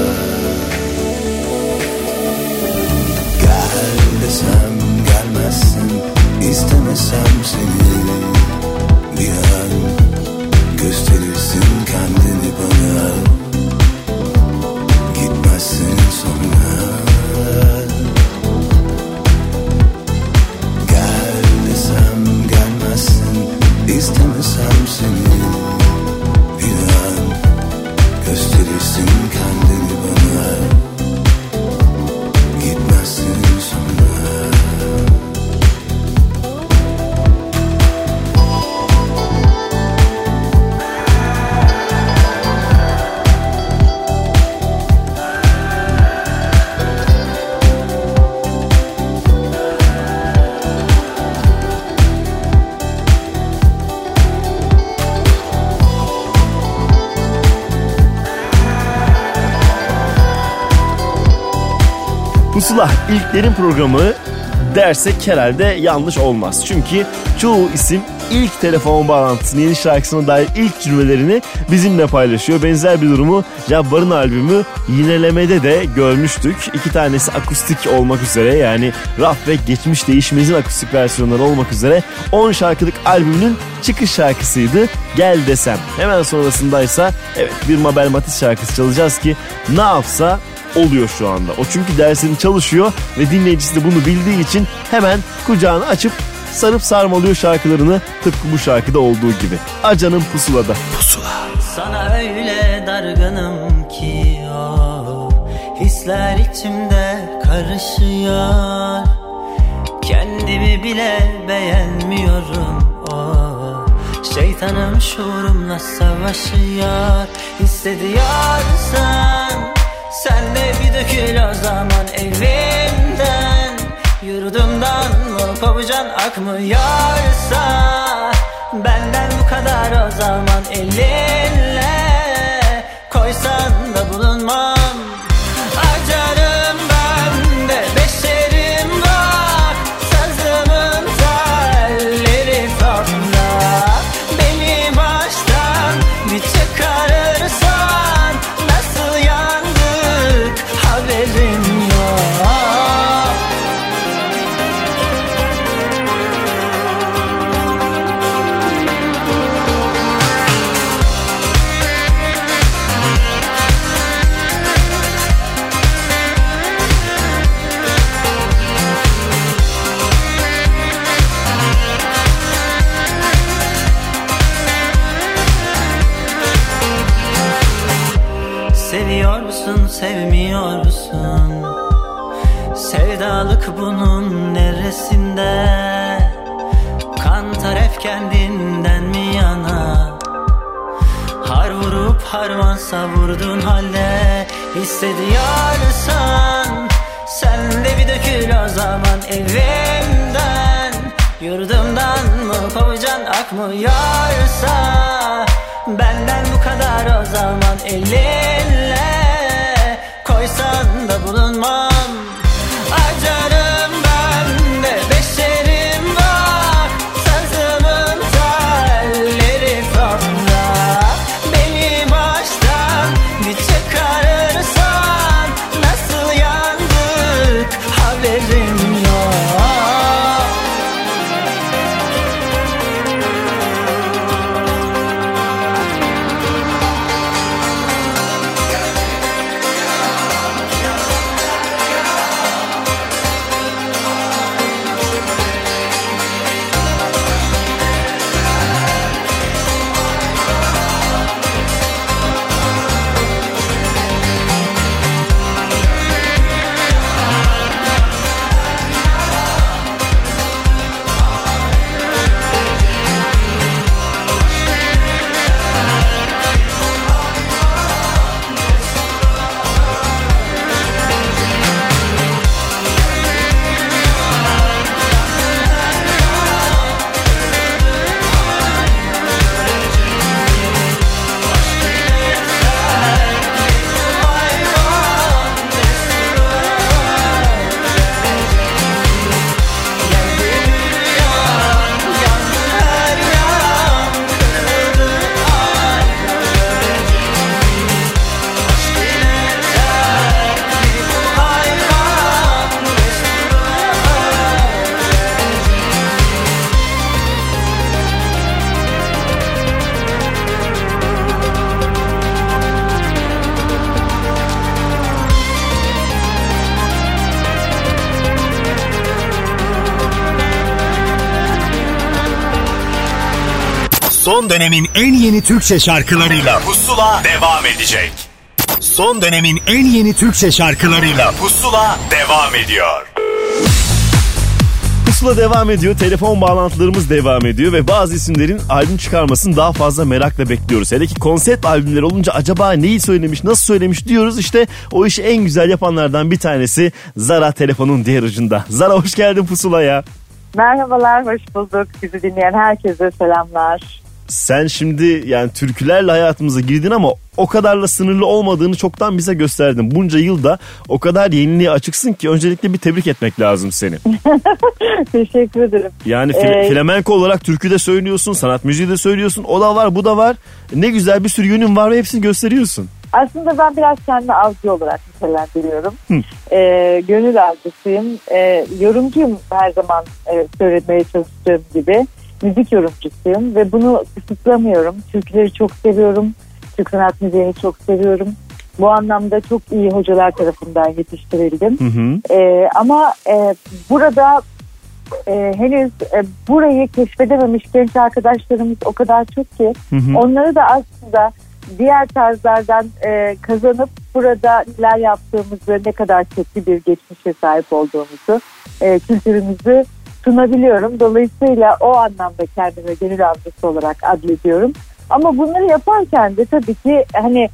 Gel desem gelmezsin, istemesem seni bir an gösterirsin kendini bana. Gitmezsin sonra. Gel desem gelmezsin, istemesem seni bir an gösterirsin kendini bana. Gitmezsin sonra. Pusula ilklerin programı dersek herhalde yanlış olmaz. Çünkü çoğu isim ilk telefon bağlantısını, yeni şarkısına dair ilk cümlelerini bizimle paylaşıyor. Benzer bir durumu Cabbar'ın albümü Yinelemede de görmüştük. 2 tanesi akustik olmak üzere, yani Raf ve Geçmiş Değişmez'in akustik versiyonları olmak üzere 10 şarkılık albümünün çıkış şarkısıydı Gel Desem. Hemen sonrasındaysa evet bir Mabel Matiz şarkısı çalacağız ki ne yapsa oluyor şu anda. O çünkü dersini çalışıyor ve dinleyicisi de bunu bildiği için hemen kucağını açıp sarıp sarmalıyor şarkılarını, tıpkı bu şarkıda olduğu gibi. Acan'ın Pusula'da. Pusula. Sana öyle dargınım ki o hisler içimde karışıyor. Kendimi bile beğenmiyorum o. Şeytanım şuurumla savaşıyor. Hissediyorsan sen de bir dökül o zaman evimden. Yurdumdan mı kovucan akmıyorsa benden bu kadar o zaman elinle koysan da bulunmam. Acarım ben de beşerim bak, sazımın telleri toprak. Beni baştan bir çıkarırsan nasıl yandık haberim yok. Seviyor musun, sevmiyor musun? Sevdalık bunun neresinde? Kan taraf kendinden mi yana? Har vurup harman savurdun halde hissediyorsan sen de bir dökül o zaman evimden. Yurdumdan mı kovucan akmıyorsa benden bu kadar o zaman elinle koysan da bulunmam. Acarım ben de beşerim bak, Son dönemin en yeni Türkçe şarkılarıyla Pusula devam edecek. Son dönemin en yeni Türkçe şarkılarıyla Pusula devam ediyor. Pusula devam ediyor. Telefon bağlantılarımız devam ediyor ve bazı isimlerin albüm çıkarmasını daha fazla merakla bekliyoruz. Hele ki konsept albümler olunca acaba neyi söylemiş, nasıl söylemiş diyoruz. İşte o işi en güzel yapanlardan bir tanesi Zara telefonun diğer ucunda. Zara hoş geldin Pusula'ya. Merhabalar, hoş bulduk. Bizi dinleyen herkese selamlar. Sen şimdi yani türkülerle hayatımıza girdin ama o kadarla sınırlı olmadığını çoktan bize gösterdin. Bunca yılda o kadar yeniliğe açıksın ki öncelikle bir tebrik etmek lazım seni. Teşekkür ederim. Yani flamenko olarak türkü de söylüyorsun, sanat müziği de söylüyorsun. O da var, bu da var. Ne güzel bir sürü yönün var ve hepsini gösteriyorsun. Aslında ben biraz kendimi avcı olarak nitelendiriyorum. Gönül avcısıyım. Yorumcuyum her zaman söylemeye çalıştığım gibi. Müzik yorumcusuyum ve bunu kısıtlamıyorum. Türküleri çok seviyorum. Türk sanat müziğini çok seviyorum. Bu anlamda çok iyi hocalar tarafından yetiştirildim. Ama burada henüz burayı keşfedememiş genç arkadaşlarımız o kadar çok ki onları da aslında diğer tarzlardan kazanıp burada neler yaptığımızı, ne kadar köklü bir geçmişe sahip olduğumuzu, kültürümüzü sunabiliyorum. Dolayısıyla o anlamda kendime gönül avcısı olarak adlediyorum. Ama bunları yaparken de tabii ki hani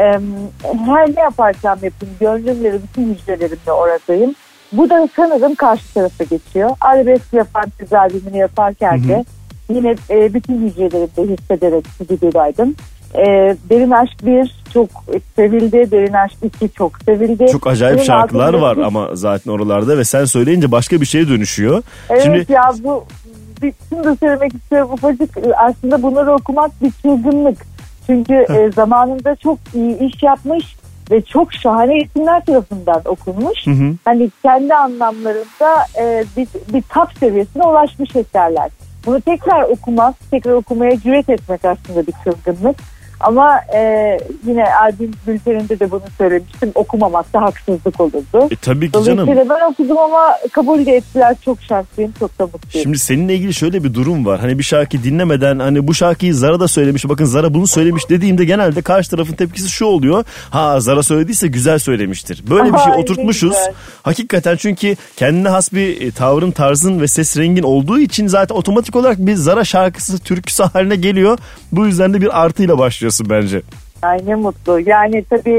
her ne yaparsam yapayım gönlümle, bütün hücrelerimle oradayım. Bu da sanırım karşı tarafa geçiyor. Arabesk yapan kız albümünü yaparken de yine bütün hücrelerimde hissederek stüdyodaydım. Derin Aşk 1 çok sevildi. Derin Aşk 2 çok sevildi. Çok acayip Derin şarkılar var ama zaten oralarda ve sen söyleyince başka bir şeye dönüşüyor. Evet. Şimdi ya bu şunu da söylemek istiyorum ufacık. Aslında bunları okumak bir çılgınlık. Çünkü zamanında çok iyi iş yapmış ve çok şahane isimler tarafından okunmuş. Hani kendi anlamlarında bir top seviyesine ulaşmış eserler. Bunu tekrar okumak, tekrar okumaya cüret etmek aslında bir çılgınlık. Ama yine albüm bülteninde de bunu söylemiştim. Okumamak da haksızlık olurdu. Tabii ki canım. Dolayısıyla ben okudum ama kabul de ettiler. Çok şanslıyım, çok da mutluyum. Şimdi seninle ilgili şöyle bir durum var. Hani bir şarkı dinlemeden hani bu şarkıyı Zara da söylemiş. Bakın Zara bunu söylemiş dediğimde genelde karşı tarafın tepkisi şu oluyor. Ha Zara söylediyse güzel söylemiştir. Böyle bir şey oturtmuşuz. Hakikaten çünkü kendine has bir tavrın, tarzın ve ses rengin olduğu için zaten otomatik olarak bir Zara şarkısı, türküsü haline geliyor. Bu yüzden de bir artıyla başlıyorsun bence. Ay ne mutlu. Yani tabii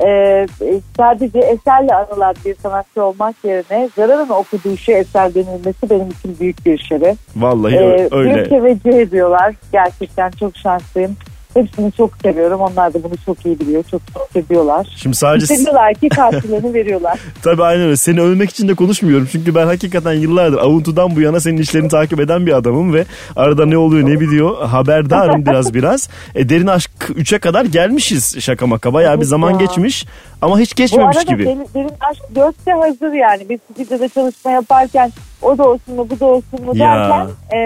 sadece eserle anılan bir sanatçı olmak yerine Zara'nın okuduğu şu eser denilmesi benim için büyük bir şeref. Vallahi öyle. Büyük teveccüh ediyorlar. Gerçekten çok şanslıyım. Hepsini çok seviyorum. Onlar da bunu çok iyi biliyor. Çok seviyorlar. Şimdi sadece seviyorlar ki karşılığını veriyorlar. Tabii aynen öyle. Seni övmek için de konuşmuyorum. Çünkü ben hakikaten yıllardır Avuntu'dan bu yana senin işlerini takip eden bir adamım ve arada ne oluyor ne biliyor haberdarım biraz. Derin Aşk 3'e kadar gelmişiz şaka maka. Bayağı bir zaman geçmiş ama hiç geçmemiş gibi. Bu arada Derin Aşk 4'te hazır yani. Biz stüdyoda çalışma yaparken o da olsun mu bu da olsun mu derken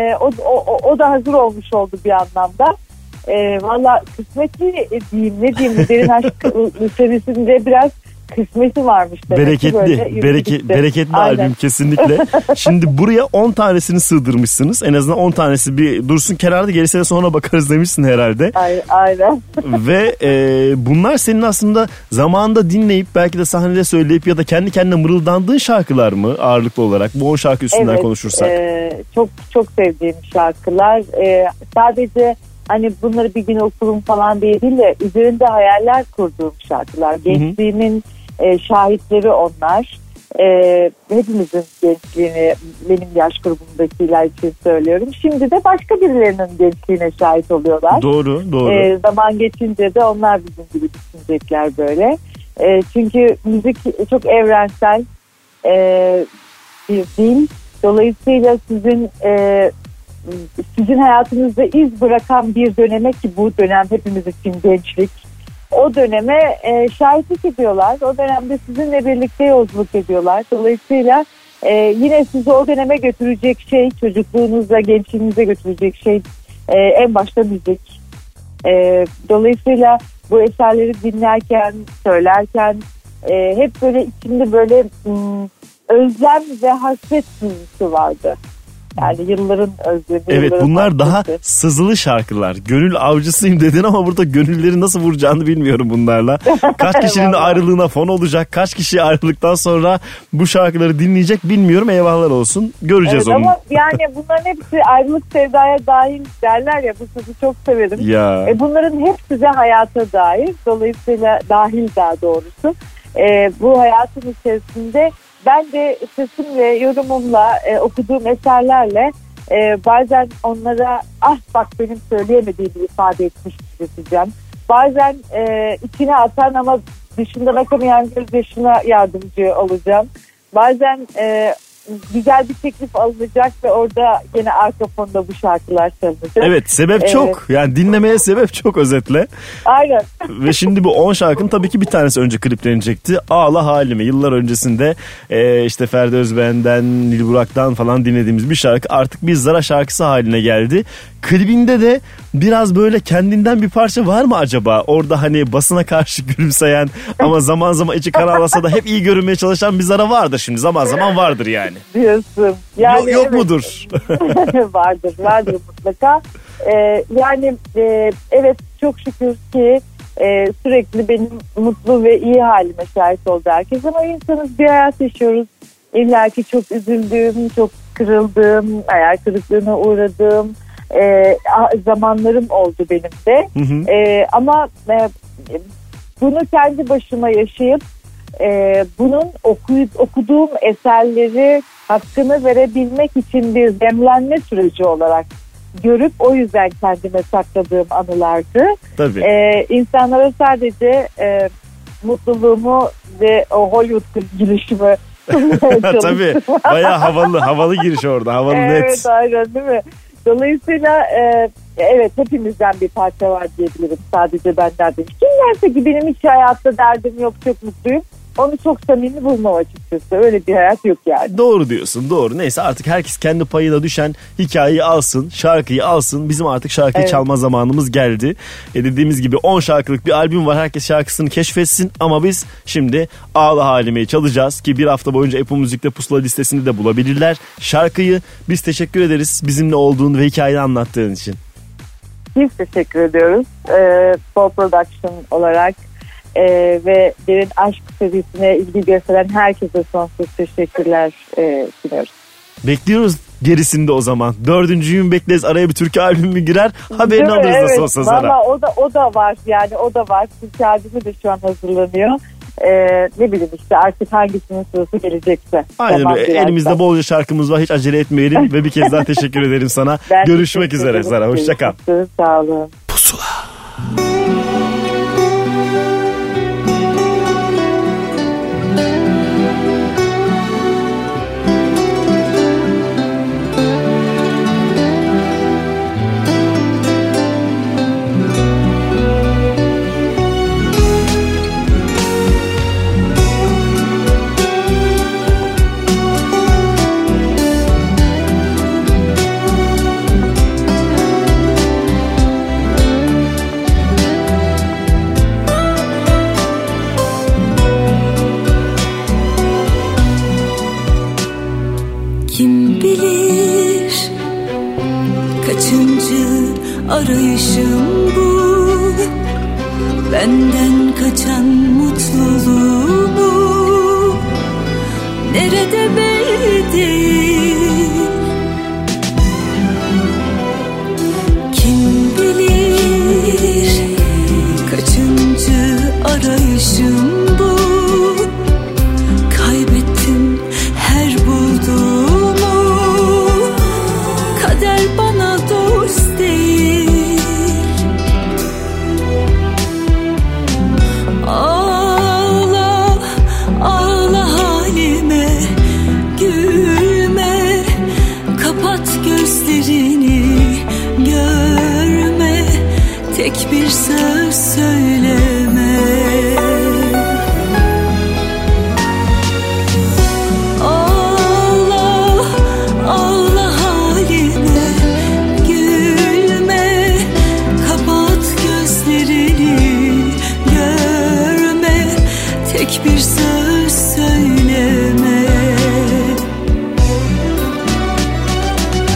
o da hazır olmuş oldu bir anlamda. Valla kısmeti diyeyim ne diyeyim Derin Aşk serisinde biraz kısmeti varmış. Bereketli albüm kesinlikle. Şimdi buraya 10 tanesini sığdırmışsınız. En azından 10 tanesi bir dursun kenarda, gerisine sonra bakarız demişsin herhalde. Aynen. Ve bunlar senin aslında zamanında dinleyip belki de sahnede söyleyip ya da kendi kendine mırıldandığın şarkılar mı ağırlıklı olarak? Bu 10 şarkı üstünden konuşursak. Çok çok sevdiğim şarkılar. Sadece hani bunları bir gün okurum falan değil de üzerinde hayaller kurduğum şarkılar. Gençliğimin şahitleri onlar. Hepimizin gençliğini benim yaş grubumdakiler için söylüyorum. Şimdi de başka birilerinin gençliğine şahit oluyorlar. Doğru. Zaman geçince de onlar bizim gibi düşünecekler böyle. Çünkü müzik çok evrensel bir dil. Dolayısıyla sizin hayatınızda iz bırakan bir döneme, ki bu dönem hepimiz için gençlik, o döneme şahitlik ediyorlar. O dönemde sizinle birlikte yolculuk ediyorlar. Dolayısıyla yine sizi o döneme götürecek şey, çocukluğunuza, gençliğinize götürecek şey en başta müzik. Dolayısıyla bu eserleri dinlerken, söylerken hep böyle içimde böyle özlem ve hasret duygusu vardı. Yani yılların özlemi. Evet, yılların bunlar daha hasreti. sızılı şarkılar. Gönül avcısıyım dedin ama burada gönülleri nasıl vuracağını bilmiyorum bunlarla. Kaç kişinin Vallahi. ayrılığına fon olacak, kaç kişi ayrıldıktan sonra bu şarkıları dinleyecek bilmiyorum. Eyvahlar olsun. Göreceğiz Evet, onu. ama yani bunların hepsi ayrılık sevdaya dahil derler ya, bu sözü çok severim. Ya. Bunların hepsi de hayata dair, dolayısıyla dahil daha doğrusu. Bu hayatın içerisinde ben de sesimle, yorumumla, okuduğum eserlerle bazen onlara bak benim söyleyemediğimi ifade etmiş diyeceğim. Bazen içine atan ama dışından akamayan gözyaşına yardımcı olacağım. Bazen güzel bir teklif alınacak ve orada yine arka fonda bu şarkılar çalınacak. Evet, sebep çok. Yani dinlemeye sebep çok, özetle. Aynen. Ve şimdi bu 10 şarkının tabii ki bir tanesi önce kliplenecekti. Ağla Halime. Yıllar öncesinde işte Ferdi Özbeğen'den, Nil Burak'tan falan dinlediğimiz bir şarkı artık bir Zara şarkısı haline geldi. Klibinde de biraz böyle kendinden bir parça var mı acaba? Orada hani basına karşı gülümseyen ama zaman zaman içi kararlasa da hep iyi görünmeye çalışan bir Zara vardır şimdi. Zaman zaman vardır yani. Diyorsun. Yani Yok evet. mudur? vardır mutlaka. Yani evet, çok şükür ki sürekli benim mutlu ve iyi halime şahit oldu herkes, ama insanız, bir hayat yaşıyoruz. İlla ki çok üzüldüğüm, çok kırıldığım, hayal kırıklığına uğradığım zamanlarım oldu benim de. Ama bunu kendi başıma yaşayıp bunun okuduğum eserleri hakkını verebilmek için bir demlenme süreci olarak görüp o yüzden kendime sakladığım anılardı. Tabii. İnsanlara sadece mutluluğumu ve o Hollywood girişimi Tabii. Bayağı havalı giriş orada. Havalı net. Evet, aynen, değil mi? Dolayısıyla evet, hepimizden bir parça var diyebilirim. Sadece benden değil. Kim derse ki benim hiç hayatta derdim yok, çok mutluyum, onu çok samimi bulmam açıkçası. Öyle bir hayat yok yani. Doğru diyorsun, doğru. Neyse, artık herkes kendi payına düşen hikayeyi alsın, şarkıyı alsın. Bizim artık şarkıyı çalma zamanımız geldi. Dediğimiz gibi 10 şarkılık bir albüm var. Herkes şarkısını keşfetsin ama biz şimdi Ağla Halime'yi çalacağız ki bir hafta boyunca Apple Müzik'te Pusula listesinde de bulabilirler şarkıyı. Biz teşekkür ederiz bizimle olduğun ve hikayeyi anlattığın için. Biz teşekkür ediyoruz. Bol Production olarak ve Derin Aşk serisine ilgi gösteren herkese sonsuz teşekkürler sunuyoruz. Bekliyoruz gerisinde o zaman. 4. gün bekleriz, araya bir türkü albümü girer, haberini Değil mi? alırız Evet. nasıl olsa Zara. Valla o da var yani, o da var. Türkü albümü de şu an hazırlanıyor. Ne bileyim işte, artık hangisinin sırası gelecekse. Aynen öyle. Elimizde bolca şarkımız var, hiç acele etmeyelim ve bir kez daha teşekkür ederim sana. Görüşmek üzere Zara, hoşça kal. Sağ olun. Pusula. Kim bilir kaçıncı arayışım bu, benden kaçan mutluluğumu nerede belli değil. Kim bilir kaçıncı arayışım bu, kaybettim her bulduğumu, kader bana dost değil. Ağla, ağla halime, gülme, kapat gözlerini, görme, tek bir söz söyleme. Ağla, ağla halime, gülme, kapat gözlerini, görme, tek bir söz söyleme.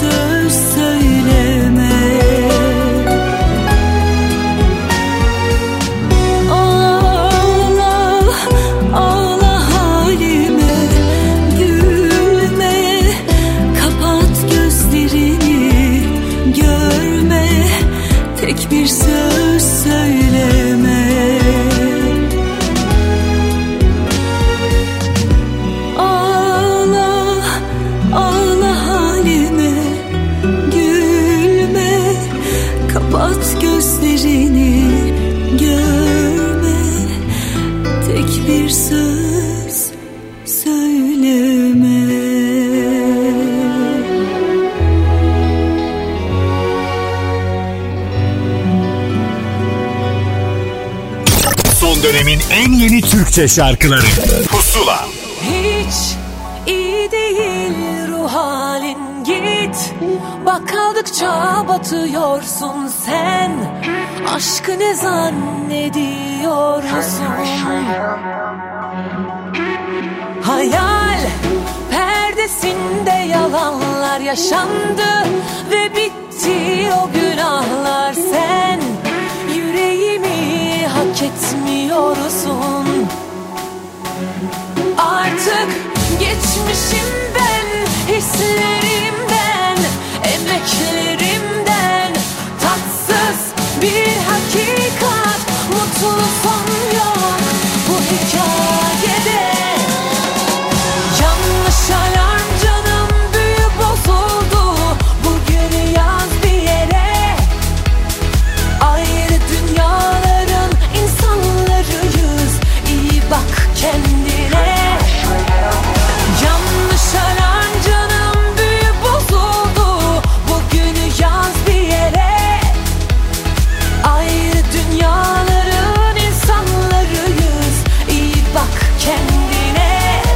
söz söyleme. Ağla, ağla halime, gülme, kapat gözlerini, görme, tek bir söz söyleme. Ağla, ağla halime, gülme, kapat gözlerini, görme, tek bir söz söyleme. Son dönemin en yeni Türkçe şarkıları Pusula. Hiç iyi değil ruh halin, git. Bak kaldıkça batıyorsun sen. Aşkı ne zannediyorsun? Hayal perdesinde yalanlar yaşandı ve bitti o günahlar. Sen yüreğimi hak etmiyorsun. Artık geçmişim ben, hislerimden, emeklerimden. Tatsız bir hakikat, mutlu son yok bu hikayede. Yanlış alarm canım, büyü bozuldu. Bugün yaz bir yere. Ayrı dünyaların insanlarıyız. İyi bak kendine. Yanlış alarm canım, büyü bozuldu. Bugün yaz bir yere. Ayrı dünyaların insanlarıyız. İyi bak kendine.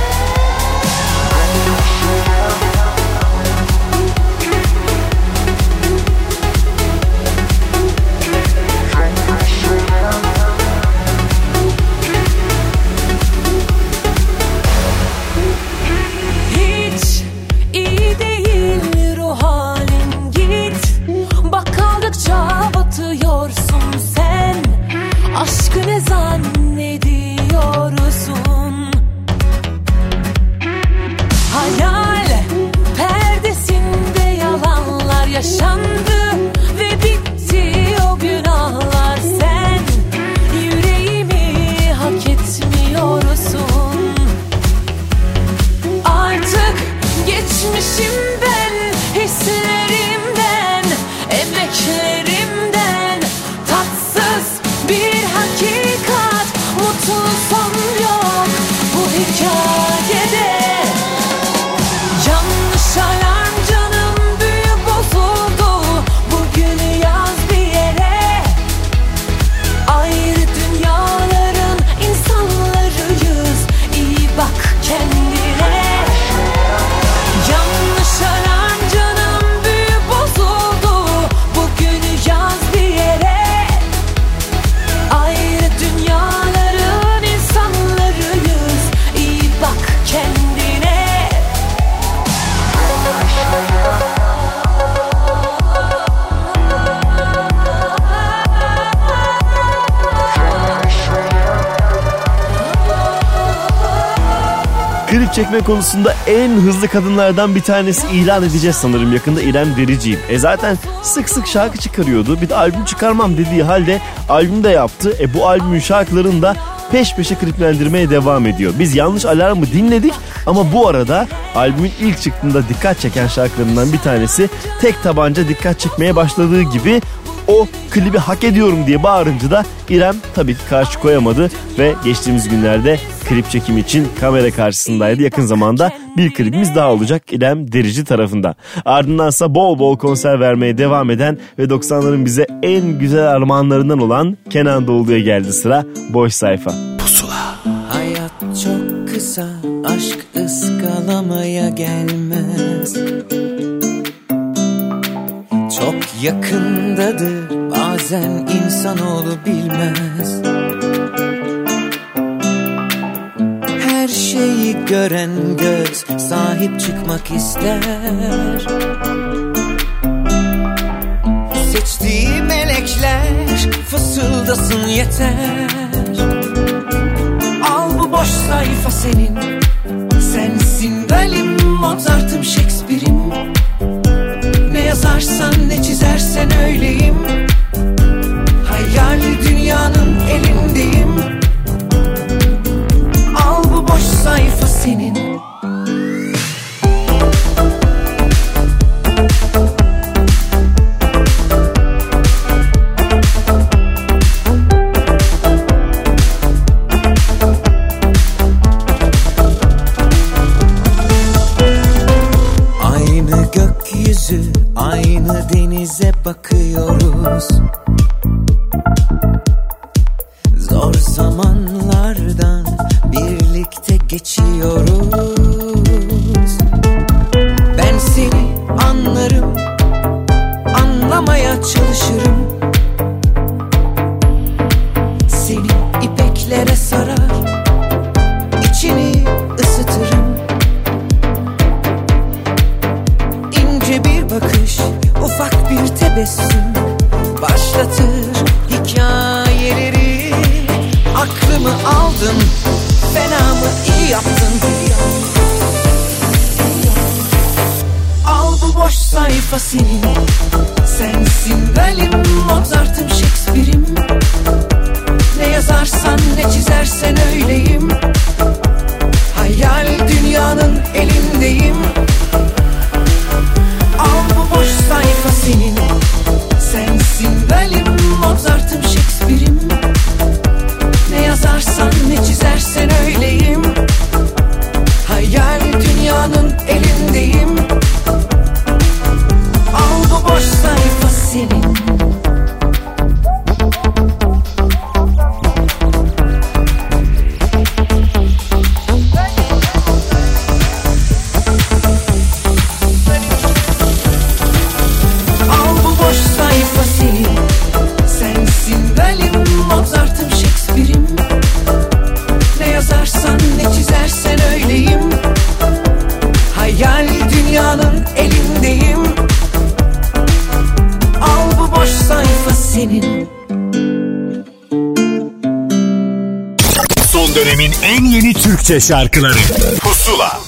Hiç iyi değil ruh halin, git. Bak kaldıkça batıyorsun sen. Aşkı ne zannediyorsun? Hayal perdesinde yalanlar yaşandı ve bitti o günahlar. Sen yüreğimi hak etmiyorsun. Artık geçmişim ben, hislerimden, emeklerimden. Tatsız bir hakikat, mutlu son yok bu hikayede. Yanlış alarm canım, büyü bozuldu. Bugün yaz bir yere. Ayrı dünyaların insanlarıyız. İyi bak kendine. Yanlış alarm canım, büyü bozuldu. Bugün yaz bir yere. Ayrı dünyaların insanlarıyız. İyi bak kendine. Klip çekme konusunda en hızlı kadınlardan bir tanesi ilan edeceğiz sanırım yakında, İrem Derici'yim. Zaten sık sık şarkı çıkarıyordu. Bir de albüm çıkarmam dediği halde albüm de yaptı. Bu albümün şarkılarını da peş peşe kliplendirmeye devam ediyor. Biz Yanlış Alarm'ı dinledik ama bu arada albümün ilk çıktığında dikkat çeken şarkılarından bir tanesi tek tabanca dikkat çekmeye başladığı gibi o klibi hak ediyorum diye bağırınca da İrem tabii ki karşı koyamadı ve geçtiğimiz günlerde klip çekimi için kamera karşısındaydı. Yakın zamanda bir klibimiz daha olacak İrem Derici tarafından. Ardındansa bol bol konser vermeye devam eden ve 90'ların bize en güzel armağanlarından olan Kenan Doğulu'ya geldi sıra. Boş sayfa. Pusula. Hayat çok kısa, aşk ıskalamaya gelmez. Çok yakındadır, bazen insanoğlu bilmez. Her şeyi gören göz sahip çıkmak ister. olsun yeter. Al bu boş sayfa senin. Sensin Dalim, Mozart'ım, Shakespeare'im. Ne yazarsan ne çizersen öyleyim. Hayal dünyanın elindeyim. Al bu boş sayfa senin. Aynı gökyüzü, aynı denize bakıyoruz. Zor zamanlardan birlikte geçiyoruz. Ben seni anlarım, anlamaya çalışırım. Seni ipeklere sarar, içini ısıtırım. İnce bir bakış, ufak bir tebessüm başlatır hikayeleri. Aklımı aldın, fena mı iyi yaptın. Al bu boş sayfa senin. Sensin Dalim, Mozart'ım, Shakespeare'im. Ne yazarsan ne çizersen öyleyim. Hayal dünyanın elindeyim. Al bu boş sayfa senin. Sensin Dalim, Mozart'ım, Shakespeare'im. Ne yazarsan ne çizersen öyleyim. Hayal dünyanın elindeyim. Al bu boş sayfa senin. Al bu boş sayfa senin. Sensin Dalim, Mozart'ım, Shakespeare'im. Ne yazarsan ne çizersen öyleyim. Hayal dünyanın elindeyim. Al bu boş sayfa senin. Son dönemin en yeni Türkçe şarkıları Pusula.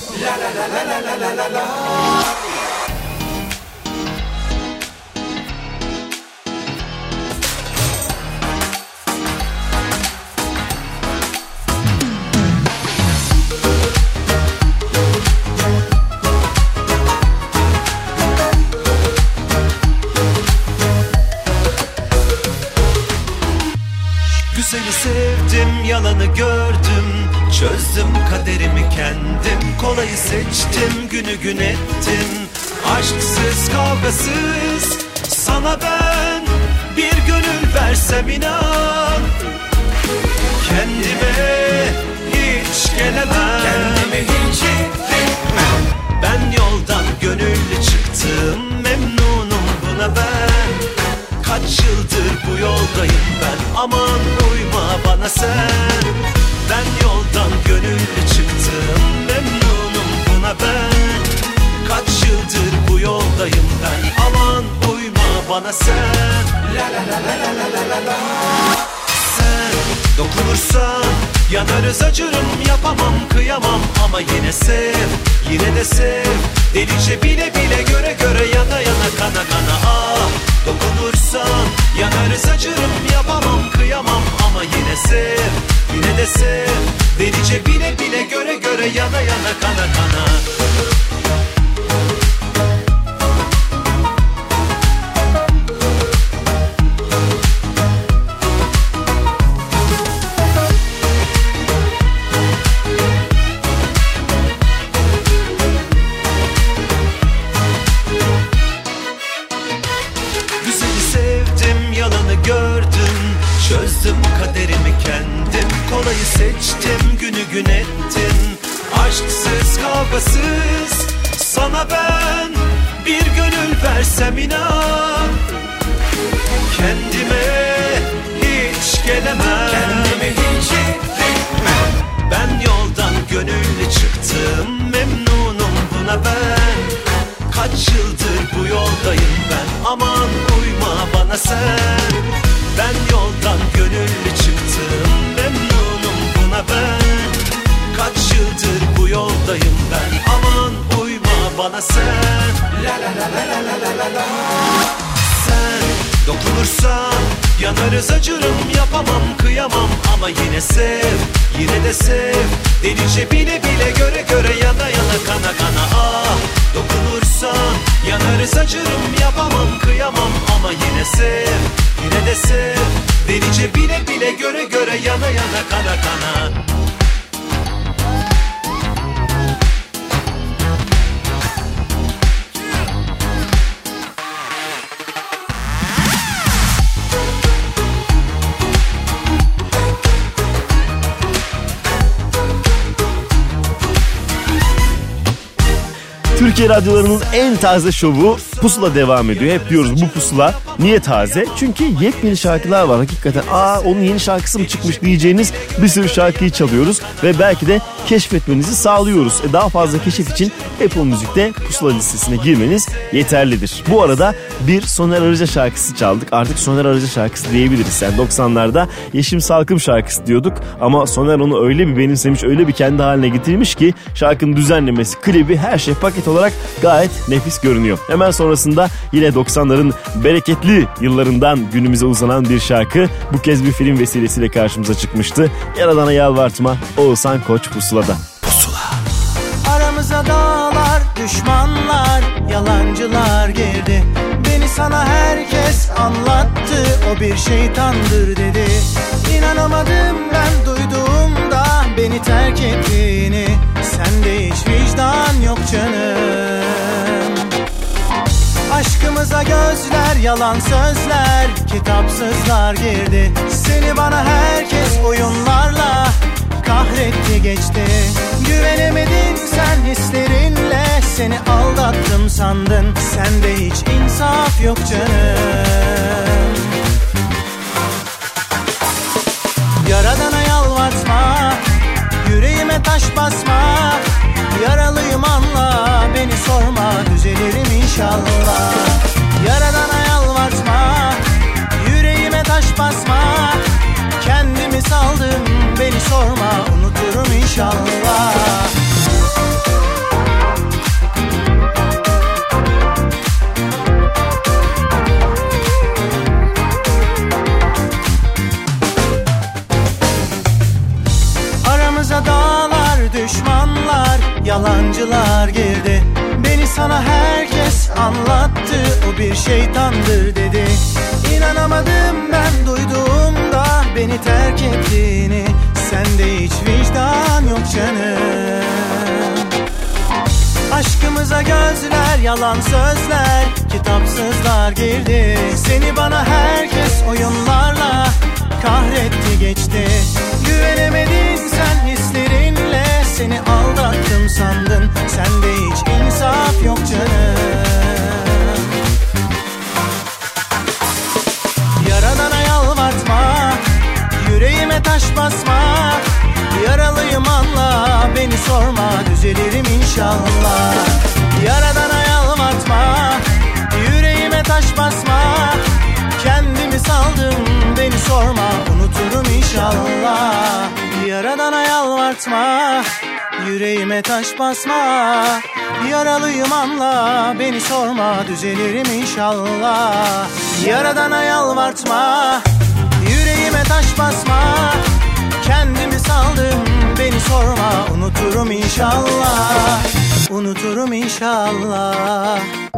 Güzeli sevdim, yalanı gördüm. Çözdüm kaderimi kendim. Kolayı seçtim, günü gün ettim. Aşksız, kavgasız sana ben bir gönül versem inan. Kendime hiç gelemem. Kendime hiç gitmem. Ben yoldan gönüllü çıktım. Memnunum buna ben. Kaç yıldır bu yoldayım ben. Aman uyma bana sen. Ben yoldan gönüllü çıktım. Memnunum buna ben. Kaç yıldır bu yoldayım ben. Aman uyma bana sen. La la la la la la la la. Sen dokunursan yanarız, acırım, yapamam, kıyamam. Ama yine sev, yine de sev. Delice bile bile, göre göre, yana yana, kana kana. Ah, dokunursan yanarız, acırım, yapamam, kıyamam. Ama yine sev, yine de sev. Delice bile bile, göre göre, yana yana, kana kana. Çözdüm kaderimi kendim. Kolayı seçtim, günü gün ettim. Aşksız, kavgasız sana ben bir gönül versem inan. Kendime hiç gelemem. Kendime hiç gitmem. Ben yoldan gönüllü çıktım. Memnunum buna ben. Kaç yıldır bu yoldayım ben. Aman uyma bana sen. Ben yoldan gönüllü sen. La la la la la la la la. Sen dokunursan yanarız, acırım, yapamam, kıyamam ama yine sev, yine de sev. Delice bile bile, göre göre, yana yana, kana kana. Ah, dokunursan yanarız, acırım, yapamam, kıyamam ama yine sev, yine de sev. Delice bile bile, göre göre, yana yana, kana kana. Türkiye radyolarının en taze şovu Pusula devam ediyor. Hep diyoruz bu pusula niye taze? Çünkü yepyeni şarkılar var. Hakikaten onun yeni şarkısı mı çıkmış diyeceğiniz bir sürü şarkıyı çalıyoruz. Ve belki de keşfetmenizi sağlıyoruz. Daha fazla keşif için Apple Müzik'te Pusula listesine girmeniz yeterlidir. Bu arada bir Soner Arıca şarkısı çaldık. Artık Soner Arıca şarkısı diyebiliriz. Yani 90'larda Yeşim Salkım şarkısı diyorduk. Ama Soner onu öyle bir benimsemiş, öyle bir kendi haline getirmiş ki şarkının düzenlemesi, klibi, her şey paket olarak gayet nefis görünüyor. Hemen sonrasında yine 90'ların bereketli yıllarından günümüze uzanan bir şarkı. Bu kez bir film vesilesiyle karşımıza çıkmıştı. Yaradan'a yalvartma, Oğuzhan Koç Pusula'da. Pusula. Aramıza dağlar, düşmanlar, yalancılar girdi. Beni sana herkes anlattı, o bir şeytandır dedi. İnanamadım ben duyduğumda beni terk ettiğini. Sende hiç vicdan yok canım. Aşkımıza gözler, yalan sözler, kitapsızlar girdi. Seni bana herkes oyunlarla kahretti geçti. Güvenemedin sen hislerinle, seni aldattım sandın. Sende hiç insaf yok canım. Yaradana yalvartma, yüreğime taş basma. Yaralıyım anla, beni sorma, düzelirim inşallah. Yaradana yalvartma, yüreğime taş basma. Kendimi saldım, beni sorma, unuturum inşallah. Aramıza dağlar, düşmanlar, yalancılar girdi. Beni sana herkes anlattı, o bir şeytandır dedi. İnanamadım ben duyduğumda beni terk ettiğini. Sende hiç vicdan yok canım. Aşkımıza gözler, yalan sözler, kitapsızlar girdi. Seni bana herkes oyunlarla kahretti geçti. Güvenemedin sen hislerinle, seni aldattım sandın. Sende hiç insaf yok canım. Yaradana yalvartma, yüreğime taş basma. Yaralıyım anla, beni sorma, düzelirim inşallah. Yaradana yalvartma, yüreğime taş basma. Kendimi saldım, beni sorma, unuturum inşallah. Yaradana yalvartma, yüreğime taş basma. Yaralıyım anla, beni sorma, düzelirim inşallah. Yaradana yalvartma, yüreğime taş basma. Kendimi saldım, beni sorma, unuturum inşallah. Unuturum inşallah.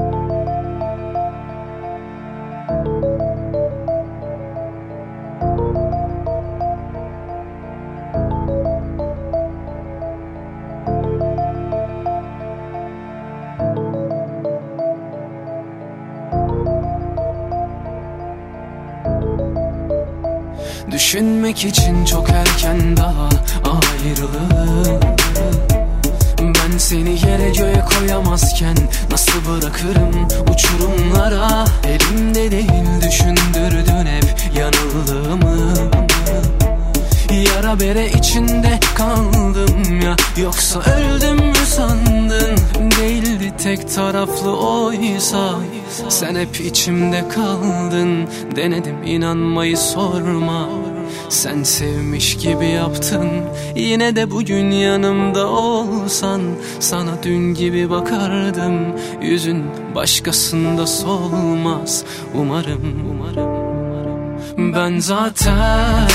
Düşünmek için çok erken daha ayrılık. Ben seni yere göğe koyamazken nasıl bırakırım uçurumlara? Elimde değil düşündürdün hep yanıldığımı. Yara bere içinde kaldım ya, yoksa öldüm mü sandın? Değildi tek taraflı oysa sen hep içimde kaldın. Denedim inanmayı sorma, sen sevmiş gibi yaptın. Yine de bugün yanımda olsan sana dün gibi bakardım. Yüzün başkasında solmaz umarım. Ben zaten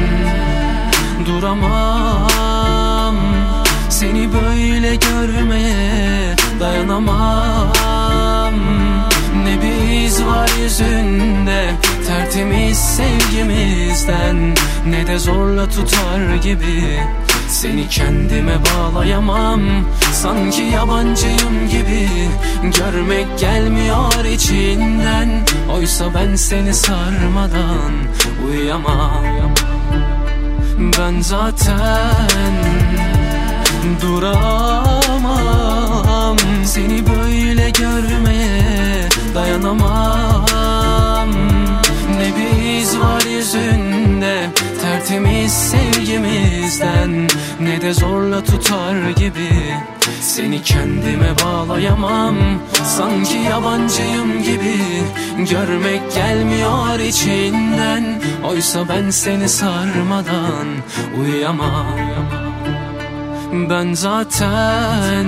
duramam, seni böyle görmeye dayanamam. Ne bir iz var yüzünde tertemiz sevgimizden, ne de zorla tutar gibi seni kendime bağlayamam. Sanki yabancıyım gibi görmek gelmiyor içinden. Oysa ben seni sarmadan uyuyamam. Ben zaten duramam, seni böyle görmeye dayanamam. Ne bir iz var yüzünde tertemiz sevgimizden, ne de zorla tutar gibi seni kendime bağlayamam. Sanki yabancıyım gibi görmek gelmiyor içinden. Oysa ben seni sarmadan uyuyamam. Ben zaten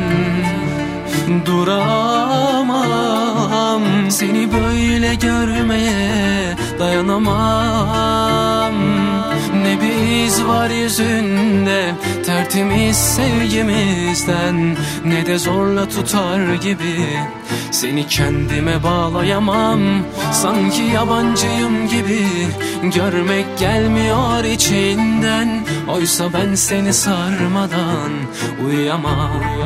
duramam, seni böyle görmeye dayanamam. Ne bir iz var yüzünde tertemiz sevgimizden, ne de zorla tutar gibi seni kendime bağlayamam. Sanki yabancıyım gibi görmek gelmiyor içinden. Oysa ben seni sarmadan uyuyamam.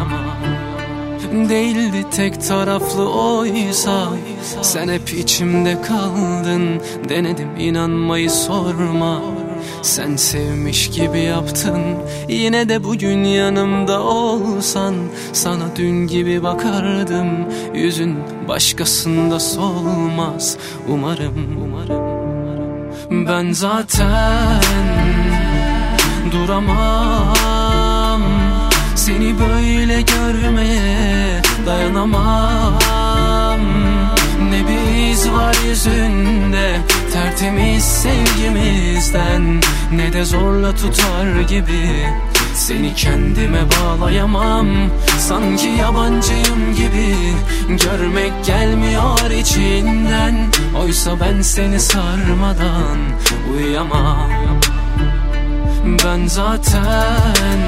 Değildi tek taraflı oysa sen hep içimde kaldın. Denedim inanmayı sorma, sen sevmiş gibi yaptın. Yine de bugün yanımda olsan sana dün gibi bakardım. Yüzün başkasında solmaz umarım. Ben zaten duramam, seni böyle görmeye dayanamam. Ne bir iz var yüzünde tertemiz sevgimizden, ne de zorla tutar gibi seni kendime bağlayamam. Sanki yabancıyım gibi görmek gelmiyor içinden. Oysa ben seni sarmadan uyuyamam. Ben zaten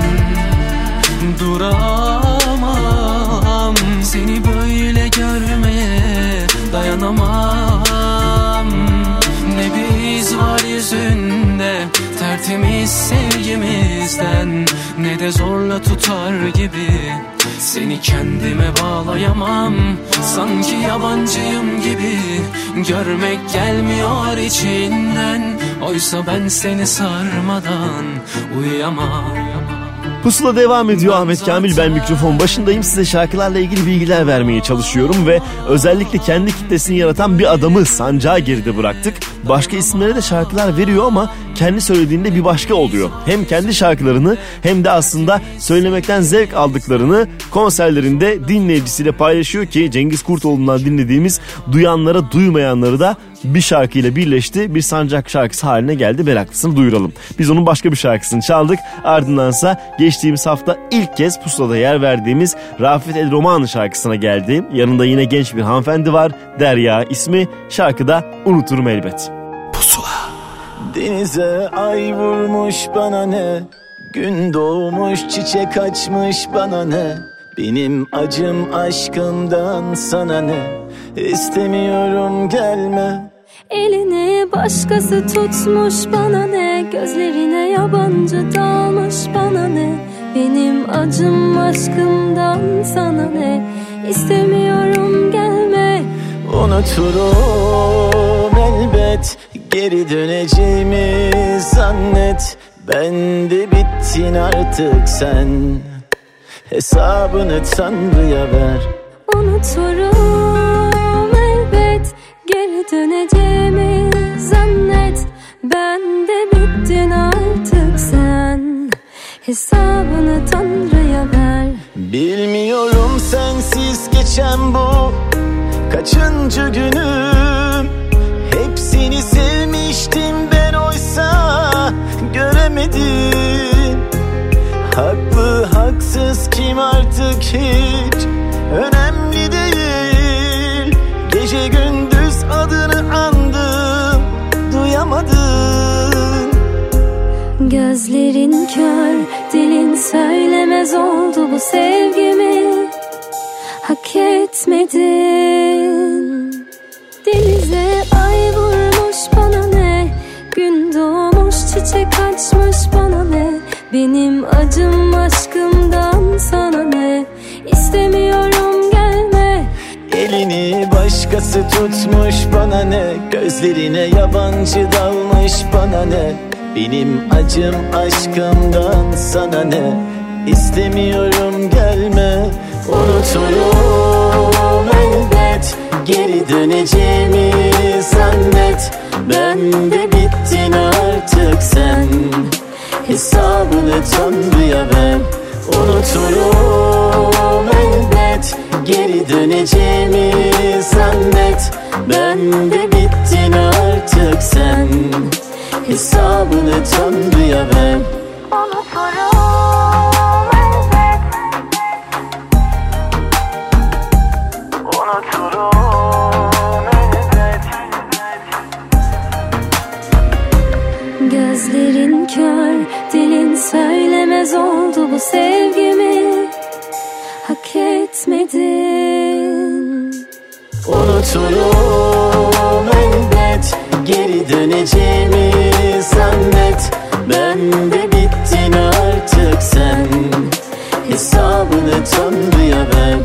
duramam, seni böyle görmeye dayanamam. Ne bir iz var yüzünde tertemiz sevgimizden, ne de zorla tutar gibi seni kendime bağlayamam. Sanki yabancıyım gibi görmek gelmiyor içinden. Oysa ben seni sarmadan uyuyamam. Pusula devam ediyor. Ahmet Kamil ben, mikrofon başındayım. Size şarkılarla ilgili bilgiler vermeye çalışıyorum ve özellikle kendi kitlesini yaratan bir adamı, Sancağı geride bıraktık. Başka isimlere de şarkılar veriyor ama kendi söylediğinde bir başka oluyor. Hem kendi şarkılarını hem de aslında söylemekten zevk aldıklarını konserlerinde dinleyicisiyle paylaşıyor ki Cengiz Kurtoğlu'ndan dinlediğimiz Duyanlara Duymayanları da bir şarkıyla birleşti. Bir Sancak şarkısı haline geldi. Meraklısını duyuralım. Biz onun başka bir şarkısını çaldık. Ardındansa geçtiğimiz hafta ilk kez Pusula'da yer verdiğimiz Rafet El Romanı şarkısına geldi. Yanında yine genç bir hanımefendi var. Derya ismi. Şarkıda Unuturum Elbet. Pusula. Denize ay vurmuş bana ne, gün doğmuş çiçek açmış bana ne, benim acım aşkımdan sana ne, istemiyorum gelme. Elini başkası tutmuş bana ne, gözlerine yabancı dalmış bana ne, benim acım aşkımdan sana ne, istemiyorum gelme. Unuturum elbet, geri döneceğimi zannet, ben de bittin artık sen, hesabını Tanrı'ya ver. Unuturum elbet, geri döneceğimi zannet, ben de bittin artık sen, hesabını Tanrı'ya ver. Bilmiyorum sensiz geçen bu kaçıncı günüm. Hepsini sevmiştim ben, oysa göremedim. Haklı haksız kim artık hiç önemli değil. Gece gündüz adını andım, duyamadın. Gözlerin kör, dilin söylemez oldu bu sevgimi. Hak etmedin. Denize ay vurmuş bana ne, gün doğmuş çiçek açmış bana ne. Benim acım aşkımdan sana ne, İstemiyorum gelme. Elini başkası tutmuş bana ne, gözlerine yabancı dalmış bana ne. Benim acım aşkımdan sana ne, İstemiyorum gelme. Unuturum elbet, geri döneceğimi zannet. Ben de bittin artık sen, hesabını Tanrı'ya ver. Unuturum elbet, geri döneceğimi zannet. Ben de bittin artık sen, hesabını Tanrı'ya ver. Gözlerin kör, dilin söylemez oldu bu sevgimi. Hak etmedin. Unuturum elbet, geri döneceğimi zannet. Ben de bittin artık sen, hesabını Tanrı'ya ver.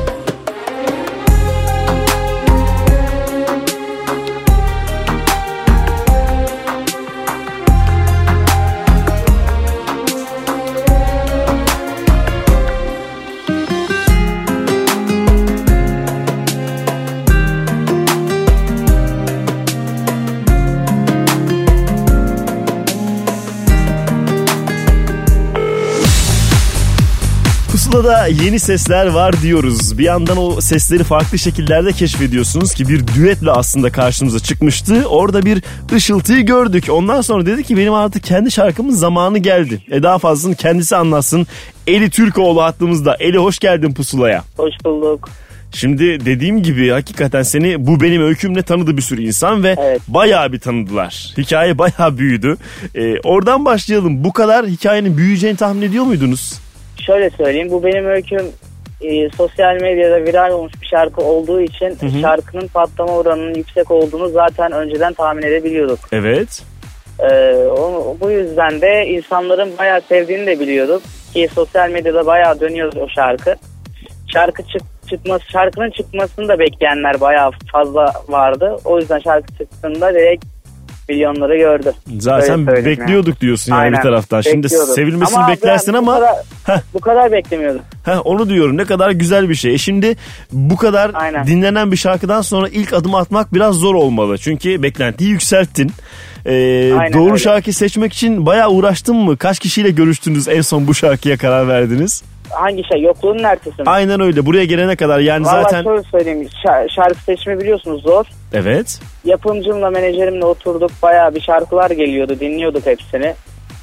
Pusula'da yeni sesler var diyoruz. Bir yandan o sesleri farklı şekillerde keşfediyorsunuz ki bir düetle aslında karşımıza çıkmıştı. Orada bir ışıltıyı gördük. Ondan sonra dedi ki benim artık kendi şarkımın zamanı geldi. Daha fazlasını kendisi anlatsın. Eli Türkoğlu hattımızda. Eli hoş geldin Pusula'ya. Hoş bulduk. Şimdi dediğim gibi hakikaten seni Bu Benim Öyküm'le tanıdı bir sürü insan ve evet, bayağı bir tanıdılar. Hikaye bayağı büyüdü. Oradan başlayalım. Bu kadar hikayenin büyüyeceğini tahmin ediyor muydunuz? Şöyle söyleyeyim, Bu Benim Öyküm sosyal medyada viral olmuş bir şarkı olduğu için şarkının patlama oranının yüksek olduğunu zaten önceden tahmin edebiliyorduk. Evet. Bu yüzden de insanların bayağı sevdiğini de biliyorduk ki sosyal medyada bayağı dönüyordu o şarkı. Şarkının çıkmasını da bekleyenler bayağı fazla vardı. O yüzden şarkı çıktığında direkt milyonları gördü. Zaten bekliyorduk diyorsun yani. Aynen, bir taraftan. Şimdi sevilmesini ama beklersin ama bu kadar beklemiyordum. Onu diyorum, ne kadar güzel bir şey. Şimdi bu kadar dinlenen bir şarkıdan sonra ilk adım atmak biraz zor olmalı. Çünkü beklentiyi yükselttin. Doğru öyle. Şarkı seçmek için bayağı uğraştın mı? Kaç kişiyle görüştünüz, en son bu şarkıya karar verdiniz? Hangi şey? Yokluğun ertesi mi? Aynen öyle. Buraya gelene kadar yani vallahi zaten... şöyle söyleyeyim. Şarkı seçimi biliyorsunuz zor. Evet. Yapımcımla, menajerimle oturduk. Bayağı bir şarkılar geliyordu. Dinliyorduk hepsini.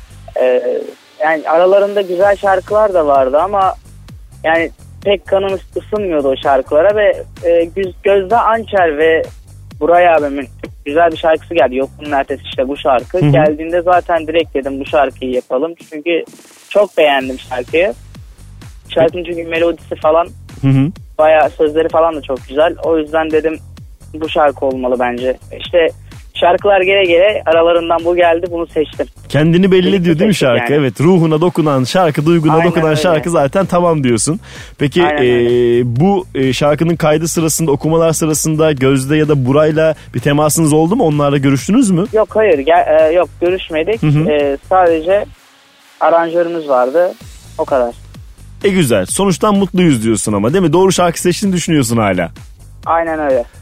Yani aralarında güzel şarkılar da vardı ama yani pek kanımız ısınmıyordu o şarkılara ve Gözde Ançer ve Buray abimin güzel bir şarkısı geldi. Yokluğun ertesi, işte bu şarkı. Hı-hı. Geldiğinde zaten direkt dedim bu şarkıyı yapalım. Çünkü çok beğendim şarkıyı. Şarkının çünkü melodisi falan, bayağı sözleri falan da çok güzel. O yüzden dedim bu şarkı olmalı bence. İşte şarkılar gele gele aralarından bu geldi, bunu seçtim. Kendini belli ediyor değil mi şarkı? Yani. Evet, ruhuna dokunan şarkı, duyguna aynen dokunan öyle. Şarkı zaten tamam diyorsun. Peki bu şarkının kaydı sırasında, okumalar sırasında Gözde ya da Buray'la bir temasınız oldu mu? Onlarla görüştünüz mü? Yok, hayır. Yok, görüşmedik. Sadece aranjörümüz vardı. O kadar. Güzel. Sonuçtan mutluyuz diyorsun ama değil mi? Doğru şarkı seçtiğini düşünüyorsun hala. Aynen öyle.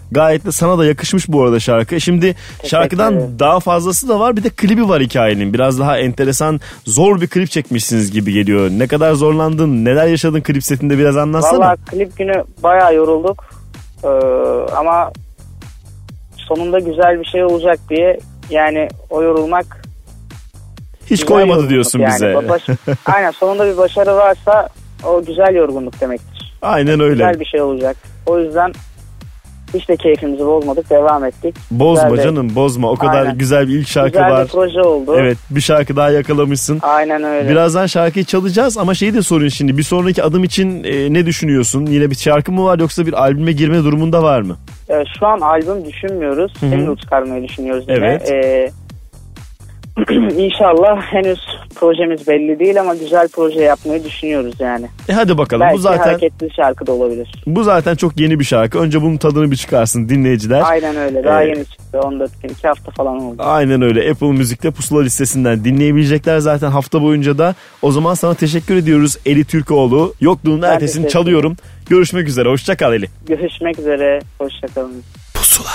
Gayet de sana da yakışmış bu arada şarkı. Şimdi şarkıdan daha fazlası da var. Bir de klibi var hikayenin. Biraz daha enteresan, zor bir klip çekmişsiniz gibi geliyor. Ne kadar zorlandın, neler yaşadın klip setinde biraz anlatsana. Valla klip günü bayağı yorulduk. Ama sonunda güzel bir şey olacak diye, yani o yorulmak hiç koymadı diyorsun yani bize. Aynen, sonunda bir başarı varsa o güzel yorgunluk demektir. Aynen öyle. Güzel bir şey olacak. O yüzden hiç de keyfimizi bozmadık, devam ettik. Bozma güzel canım, bozma. O kadar aynen. Güzel bir ilk şarkı güzel var. Güzel bir proje oldu. Evet, bir şarkı daha yakalamışsın. Aynen öyle. Birazdan şarkıyı çalacağız ama şeyi de sorayım şimdi. Bir sonraki adım için ne düşünüyorsun? Yine bir şarkı mı var yoksa bir albüme girme durumunda var mı? Şu an albüm düşünmüyoruz. Single çıkarmayı düşünüyoruz yine. Evet. İnşallah henüz projemiz belli değil ama güzel proje yapmayı düşünüyoruz yani. Hadi bakalım. Belki bu zaten hareketli şarkı da olabilir. Bu zaten çok yeni bir şarkı. Önce bunun tadını bir çıkarsın dinleyiciler. Aynen öyle. Daha yeni çıktı. 14 gün, 2 hafta falan oldu. Aynen öyle. Apple Müzik'te Pusula listesinden dinleyebilecekler zaten hafta boyunca da. O zaman sana teşekkür ediyoruz Eli Türkoğlu. Yokluğun ertesini çalıyorum. Görüşmek üzere. Hoşça kal Eli. Görüşmek üzere. Hoşça kalın. Pusula.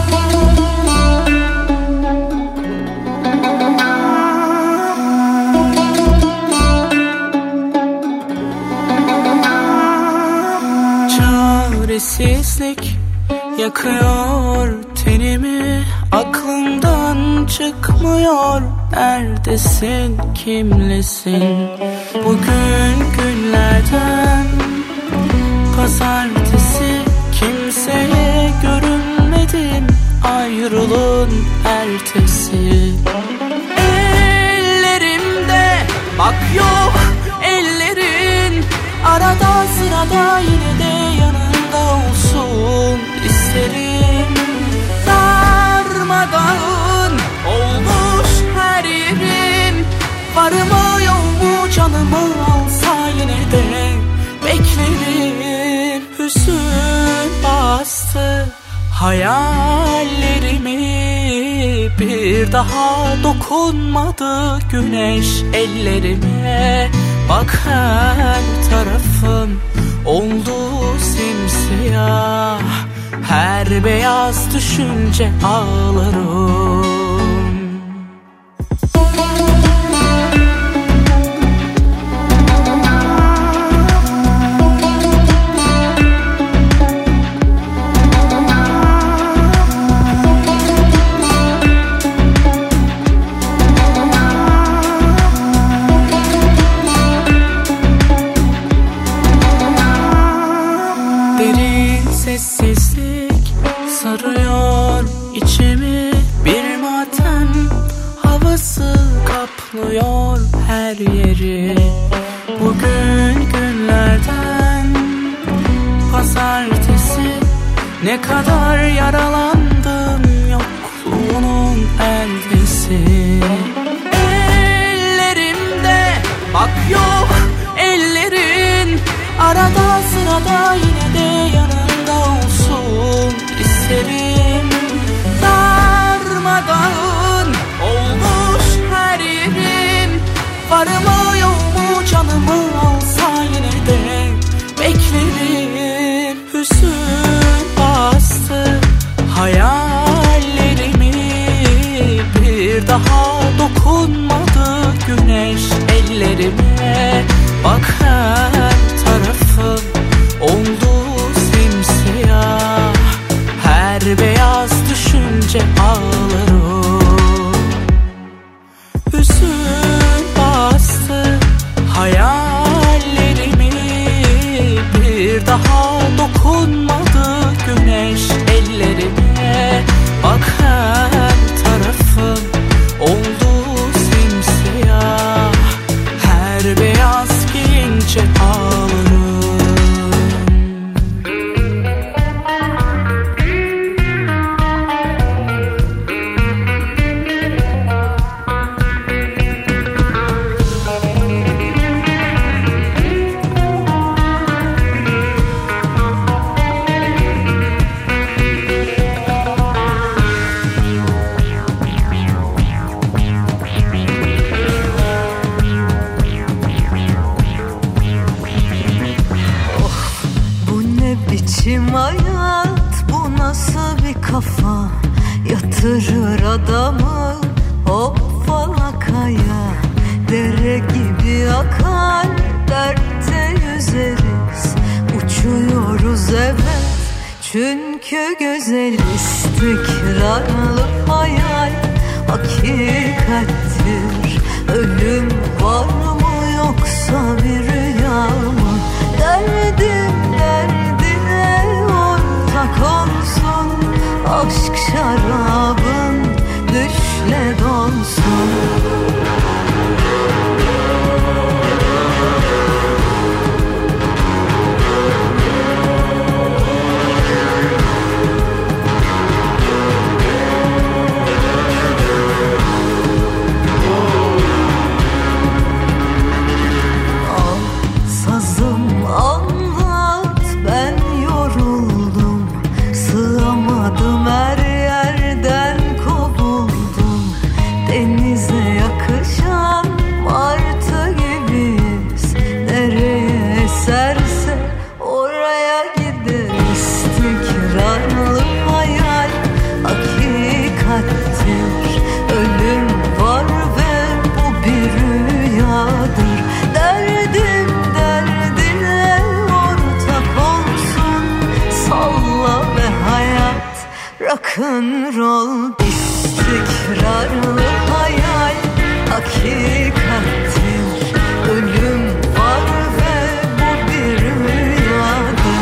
Çaresizlik yakıyor tenimi, aklımdan çıkmıyor. Neredesin, kimlesin? Bugün günlerden pazartesi, kimseye görünmedim. Ayrılığın ertesi. Ellerimde bak yok ellerin, arada sırada yine de yanında olsun isterim. Darmadağın olmuş her yerin, var mı yok mu canımı alsa yine de beklerim. Hüzün bastı hayallerimi, bir daha dokunmadı güneş ellerime. Bak her tarafım oldu simsiyah, her beyaz düşünce ağlarım. Sessizlik sarıyor içimi, bir matem havası kaplıyor her yeri. Bugün günlerden pazartesi, ne kadar yaralandım yokluğunun ertesi. Ellerimde bak yok ellerin, arada sırada yine de yanında olsun isterim. Darmadağın olmuş her yerin, var mı yok mu canımı alsa yine de beklerim. Hüzün bastı hayallerimi, bir daha dokunmadı güneş ellerime. Bak her tarafım oldu simsiyah, her beyaz düşünce ağlarım. Hüzün bastı hayallerimi, bir daha dokunmadı güneş ellerime. Bak her tarafım oldu simsiyah, her beyaz giyince ağlarım. yatırır adamı. Hop falakaya dere gibi akar, dertte yüzeriz, uçuyoruz evet. Çünkü güzel istikrarlı hayal hakikattir. Ölüm var mı yoksa bir rüya mı? Derdim derdine ortak olsun, aşk şarabın düşle donsun. Anlat, ben yoruldum, sığamadım, her yerden kovuldum. Denize yakışan martı gibiyiz, nereye eserse oraya gider. İstikrarlı hayal hakikattir. Ölüm var ve bu bir rüyadır. Derdim derdine ortak olsun, salla ve hayat rock'n'roll. İstikrarlı hayal hakikattir. Ölüm var ve bu bir rüyadır.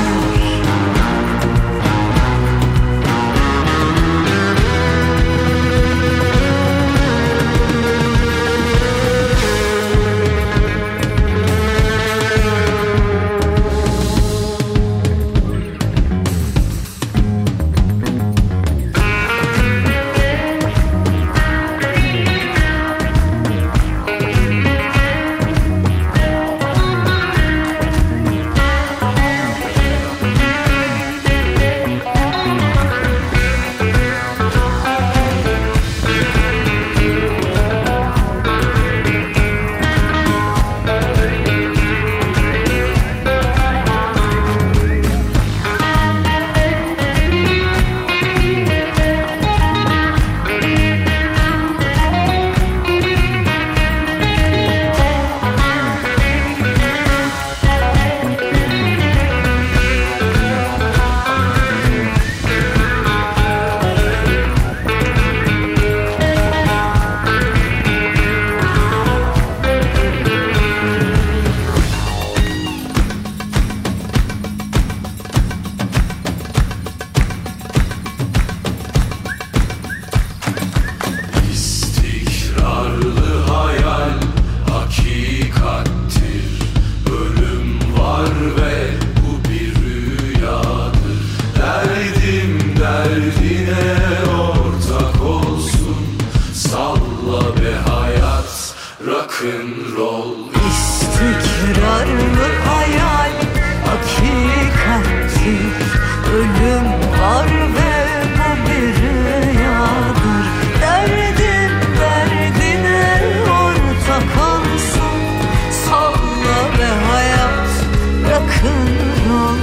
rock'n'roll. İstikrarlı hayal hakikattir. Ölüm var ve bu bir rüyadır. Derdim derdine ortak olsun, salla ve hayat rock'n'roll.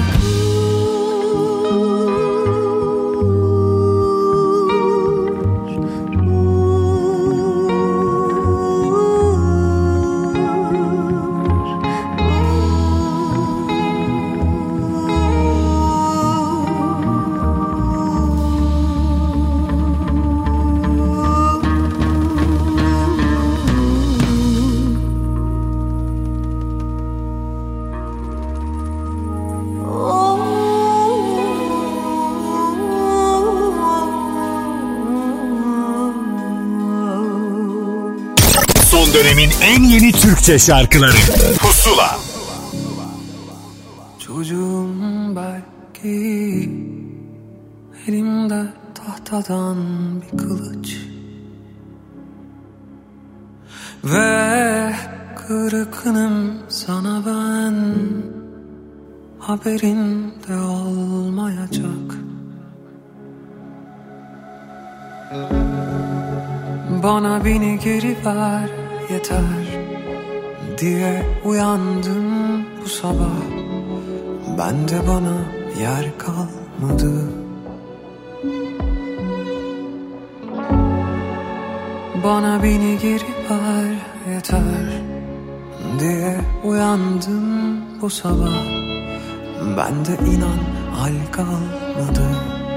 Dönemin en yeni Türkçe şarkıları Pusula. Çocuğum belki elimde tahtadan bir kılıç ve kırgınım sana ben, haberin de olmayacak. Bana beni geri ver yeter diye uyandım bu sabah. Bende bana yer kalmadı. Bana beni geri ver yeter diye uyandım bu sabah. Bende inan hal kalmadı.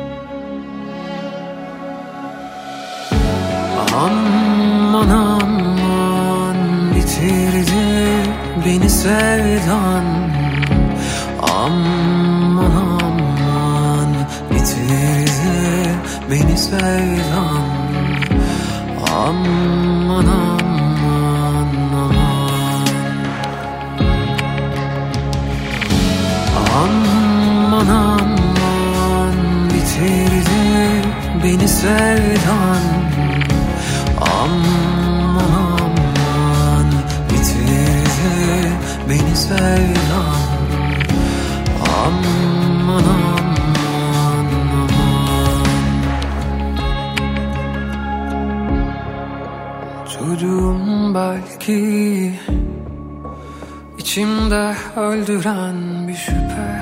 Aman aman bitirdi beni sevdan. Aman aman bitirdi beni sevdan. Aman aman aman. Aman aman bitirdi beni sevdan. Aman aman bitirdi beni sevdan. Aman aman aman. Çocuğum belki içimde öldüren bir şüphe.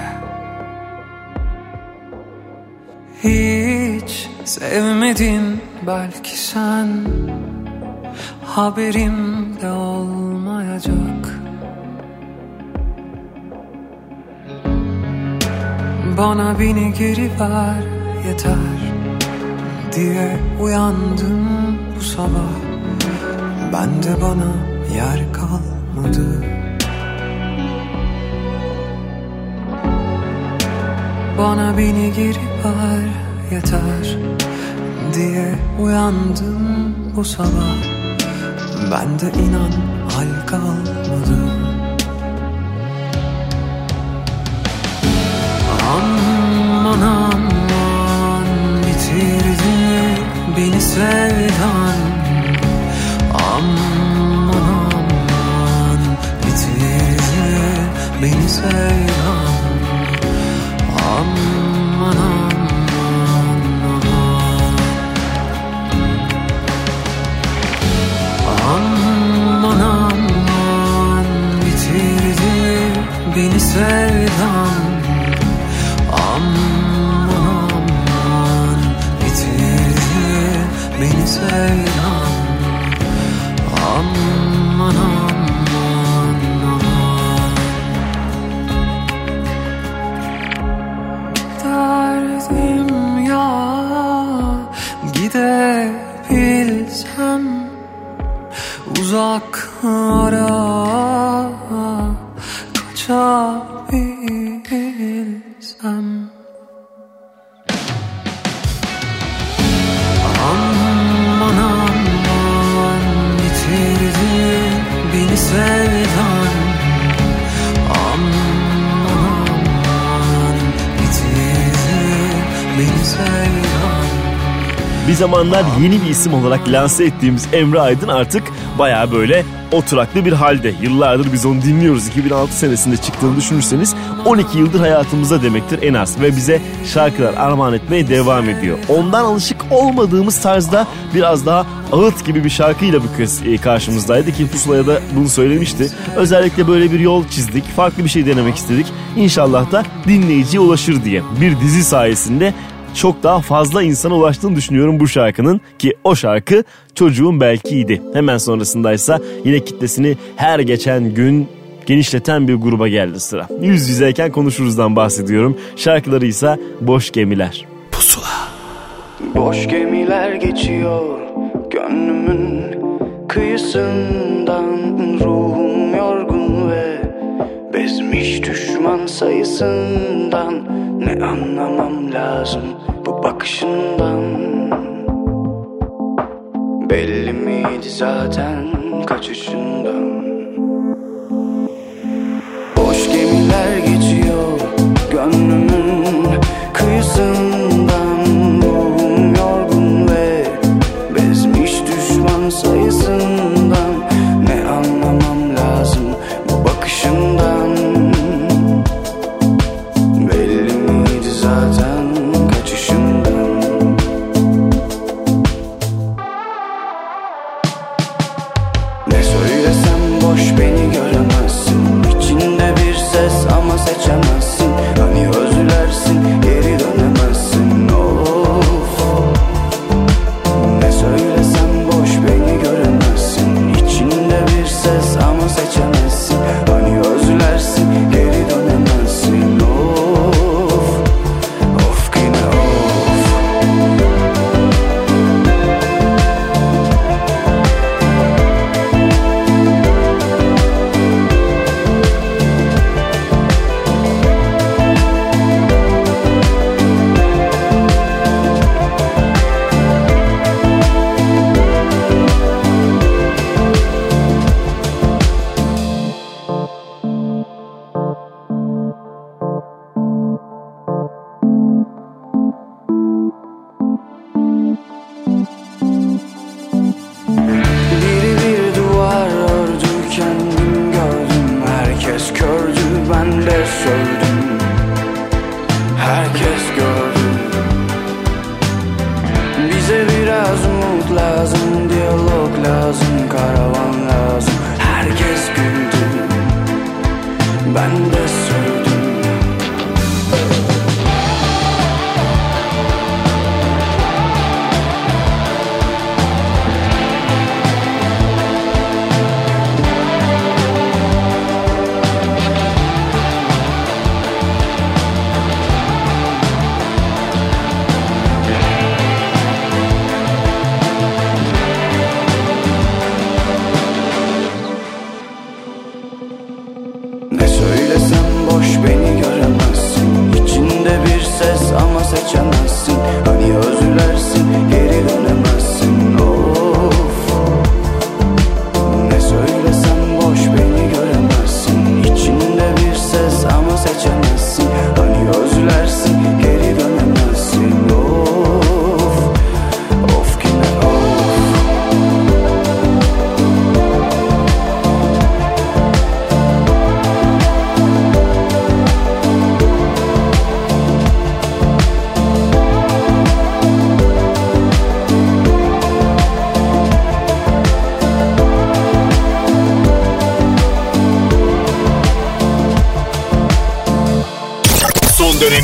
Hiç sevmedin belki sen, haberim de olmayacak. Bana beni geri ver yeter diye uyandım bu sabah. Bende bana yer kalmadı. Bana beni geri ver yeter diye uyandım bu sabah. Bende inan hal kalmadı. Aman aman bitirdi beni sevdan. Aman aman bitirdi beni sevdan. Aman aman aman. Aman aman bitirdi beni sevdan. Aman aman bitirdi beni sevdan. Aman aman aman. Derdim ya gidebilsem uzaklara, kaçabilsem. Aman aman bitirdi beni sevdan. Aman aman bitirdi beni sevdan. Bir zamanlar yeni bir isim olarak lanse ettiğimiz Emre Aydın artık bayağı böyle oturaklı bir halde. Yıllardır biz onu dinliyoruz. 2006 senesinde çıktığını düşünürseniz 12 yıldır hayatımızda demektir en az. Ve bize şarkılar armağan etmeye devam ediyor. Ondan alışık olmadığımız tarzda biraz daha ağıt gibi bir şarkıyla bu kez karşımızdaydı ki Pusula'ya da bunu söylemişti. Özellikle böyle bir yol çizdik. Farklı bir şey denemek istedik. İnşallah da dinleyiciye ulaşır diye. Bir dizi sayesinde çok daha fazla insana ulaştığını düşünüyorum bu şarkının, ki o şarkı Çocuğum Belki'ydi. Hemen sonrasındaysa yine kitlesini her geçen gün genişleten bir gruba geldi sıra. Yüz yüzeyken konuşuruzdan bahsediyorum. Şarkıları ise Boş Gemiler. Pusula. Boş gemiler geçiyor gönlümün kıyısından. Ruhum yorgun ve bezmiş düşman sayısından. Ne anlamam lazım bu bakışından. Belli miydi zaten kaçışından. Boş gemiler geçiyor gönlümün kıyısından. Ruhum yorgun ve bezmiş düşman sayısından. Ne anlamam lazım bu bakışından. Belli miydi zaten kaçışından. Ne söylesem boş, beni göremezsin. İçinde bir ses ama seçemezsin. Hani özür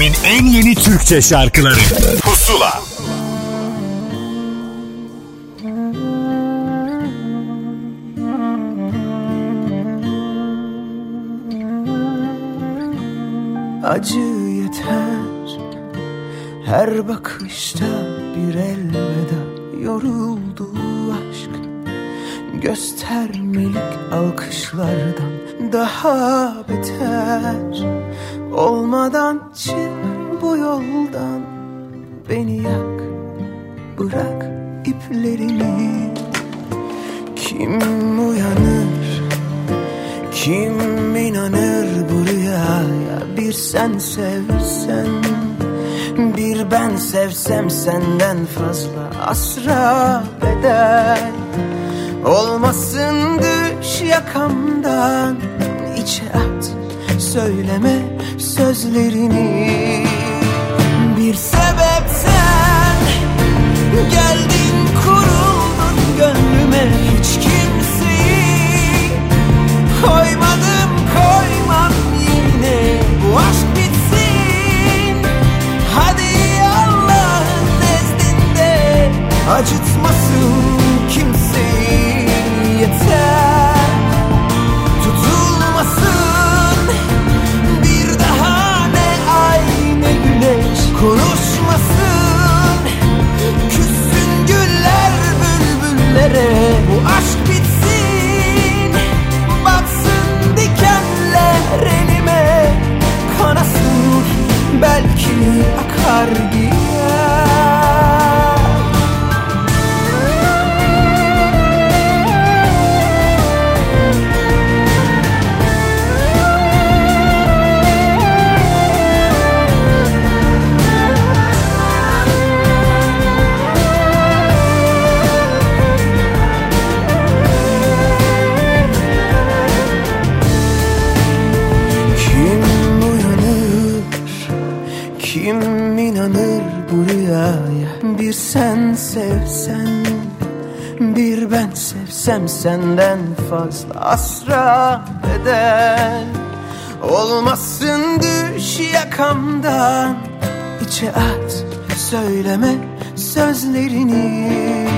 dönemin en yeni Türkçe şarkıları Pusula. Acı yeter her bakışta bir elveda. Yoruldu aşk göstermelik alkışlardan daha beter. Olmadan çık bu yoldan, beni yak, bırak iplerini. Kim uyanır, kim inanır bu rüyaya? Bir sen sevsen, bir ben sevsem senden fazla asra bedel. Olmasın düş yakamdan, içe at söyleme sözlerini. Bir sebepten geldin kuruldun gönlüme. Hiç kimseyi koymadım koymam yine. Bu aşk bitsin hadi Allah'ın nezdinde. Acıtmasın kimseyi yeter. Tutulmasın bir daha ne ay ne güneş. Konuşmasın küssün güller bülbüllere. Bu aşk bitsin batsın dikenler elime. Kanasın belki akar gider. Kim inanır bu rüyaya? Bir sen sevsen, bir ben sevsem senden fazla asra bedel. Olmasın düş yakamdan, içe at söyleme sözlerini.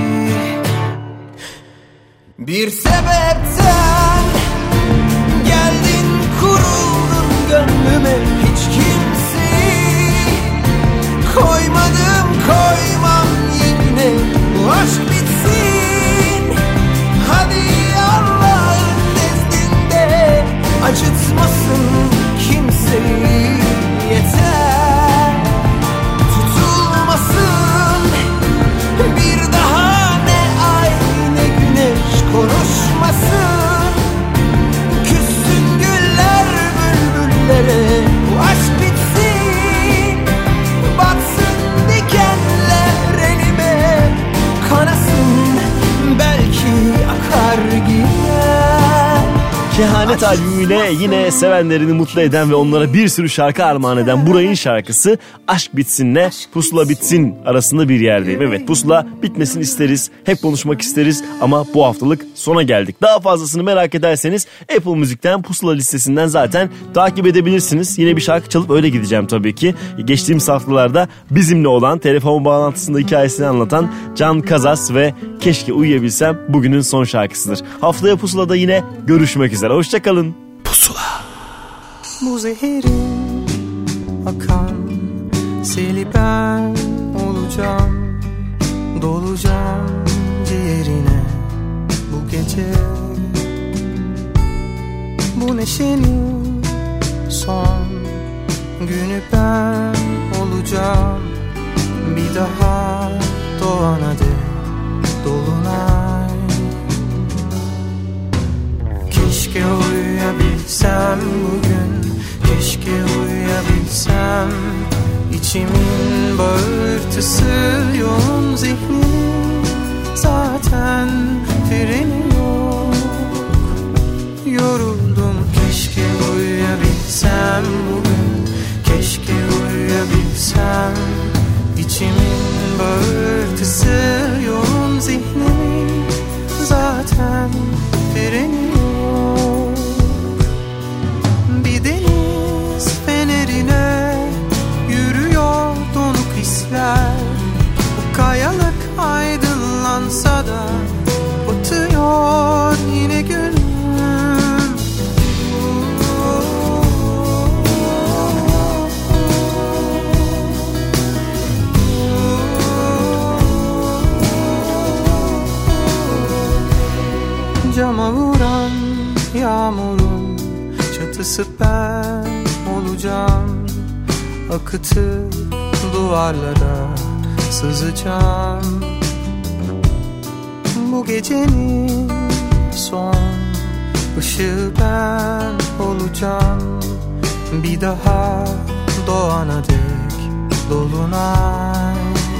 Bir sebepten geldin kuruldun gönlüme. Hiç kimseyi koymadım koymam yine. Bu aşk bitsin hadi Allah'ın nezdinde. Acıtmasın kimseyi yeter. Tutulmasın bir daha ne ay ne güneş. Konuşmasın küssün güller bülbüllere. Bu aşk bitsin batsın dikenler elime. Kanasın belki akar gider. Kehanet albümüyle yine sevenlerini mutlu eden ve onlara bir sürü şarkı armağan eden Buray'ın şarkısı Aşk Bitsin'le Pusula Bitsin arasında bir yerdeyim. Evet, Pusula bitmesin isteriz, hep konuşmak isteriz ama bu haftalık sona geldik. Daha fazlasını merak ederseniz Apple Müzik'ten Pusula listesinden zaten takip edebilirsiniz. Yine bir şarkı çalıp öyle gideceğim tabii ki. Geçtiğimiz haftalarda bizimle olan, telefon bağlantısında hikayesini anlatan Can Kazas ve Keşke Uyuyabilsem bugünün son şarkısıdır. Haftaya Pusula'da yine görüşmek üzere. Hoşçakalın. Pusula. Bu zehirin akan seli ben olacağım. Dolacağım ciğerine bu gece. Bu neşenin son günü ben olacağım. Bir daha doğana dek dolunay. Keşke uyuyabilsem bugün, keşke uyuyabilsem. İçimin bağırtısı yoğun, zihnimin zaten freni yok. Yoruldum, keşke uyuyabilsem bugün, keşke uyuyabilsem. İçimin bağırtısı yoğun, zihnimin zaten freni yok. Bir deniz fenerine Cama vuran yağmurun çatısı ben olacağım. Akıtıp duvarlara sızacağım. Bu gecenin son ışığı ben olacağım. Bir daha doğana dek dolunay.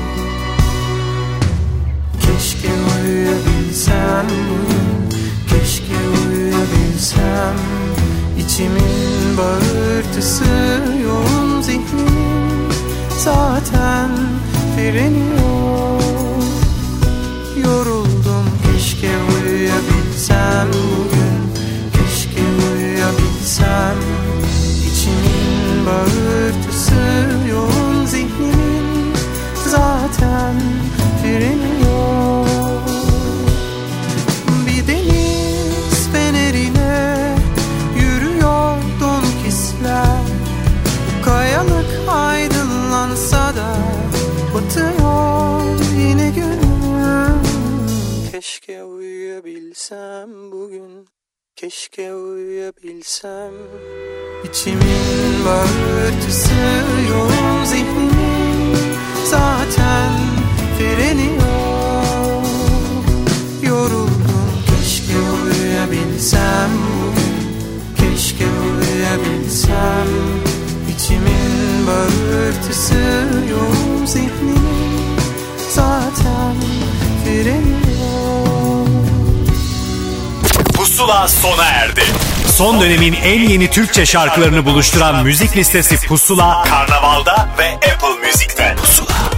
Keşke uyuyabilsem bugün, keşke uyuyabilsem. İçimin bağırtısı yoğun, zihnimin zaten freni yok. Yoruldum, keşke uyuyabilsem bugün, keşke uyuyabilsem. İçimin bağırtısı yoğun, zihnimin zaten freni yok. Bir deniz feneriyle yürüyor donuk hisler. Kayalık aydınlansa da batıyor yine gönlüm. Keşke uyuyabilsem bugün, keşke uyuyabilsem. İçimin bağırtısı yoğun, zihnimin zaten freni yok. Yoruldum, keşke uyuyabilsem bugün, keşke uyuyabilsem. İçimin bağırtısı yoğun, zihnimin zaten freni yok. Pusula sona erdi. Son dönemin en yeni Türkçe şarkılarını buluşturan müzik listesi Pusula, Karnaval'da ve Apple Music'te. Pusula.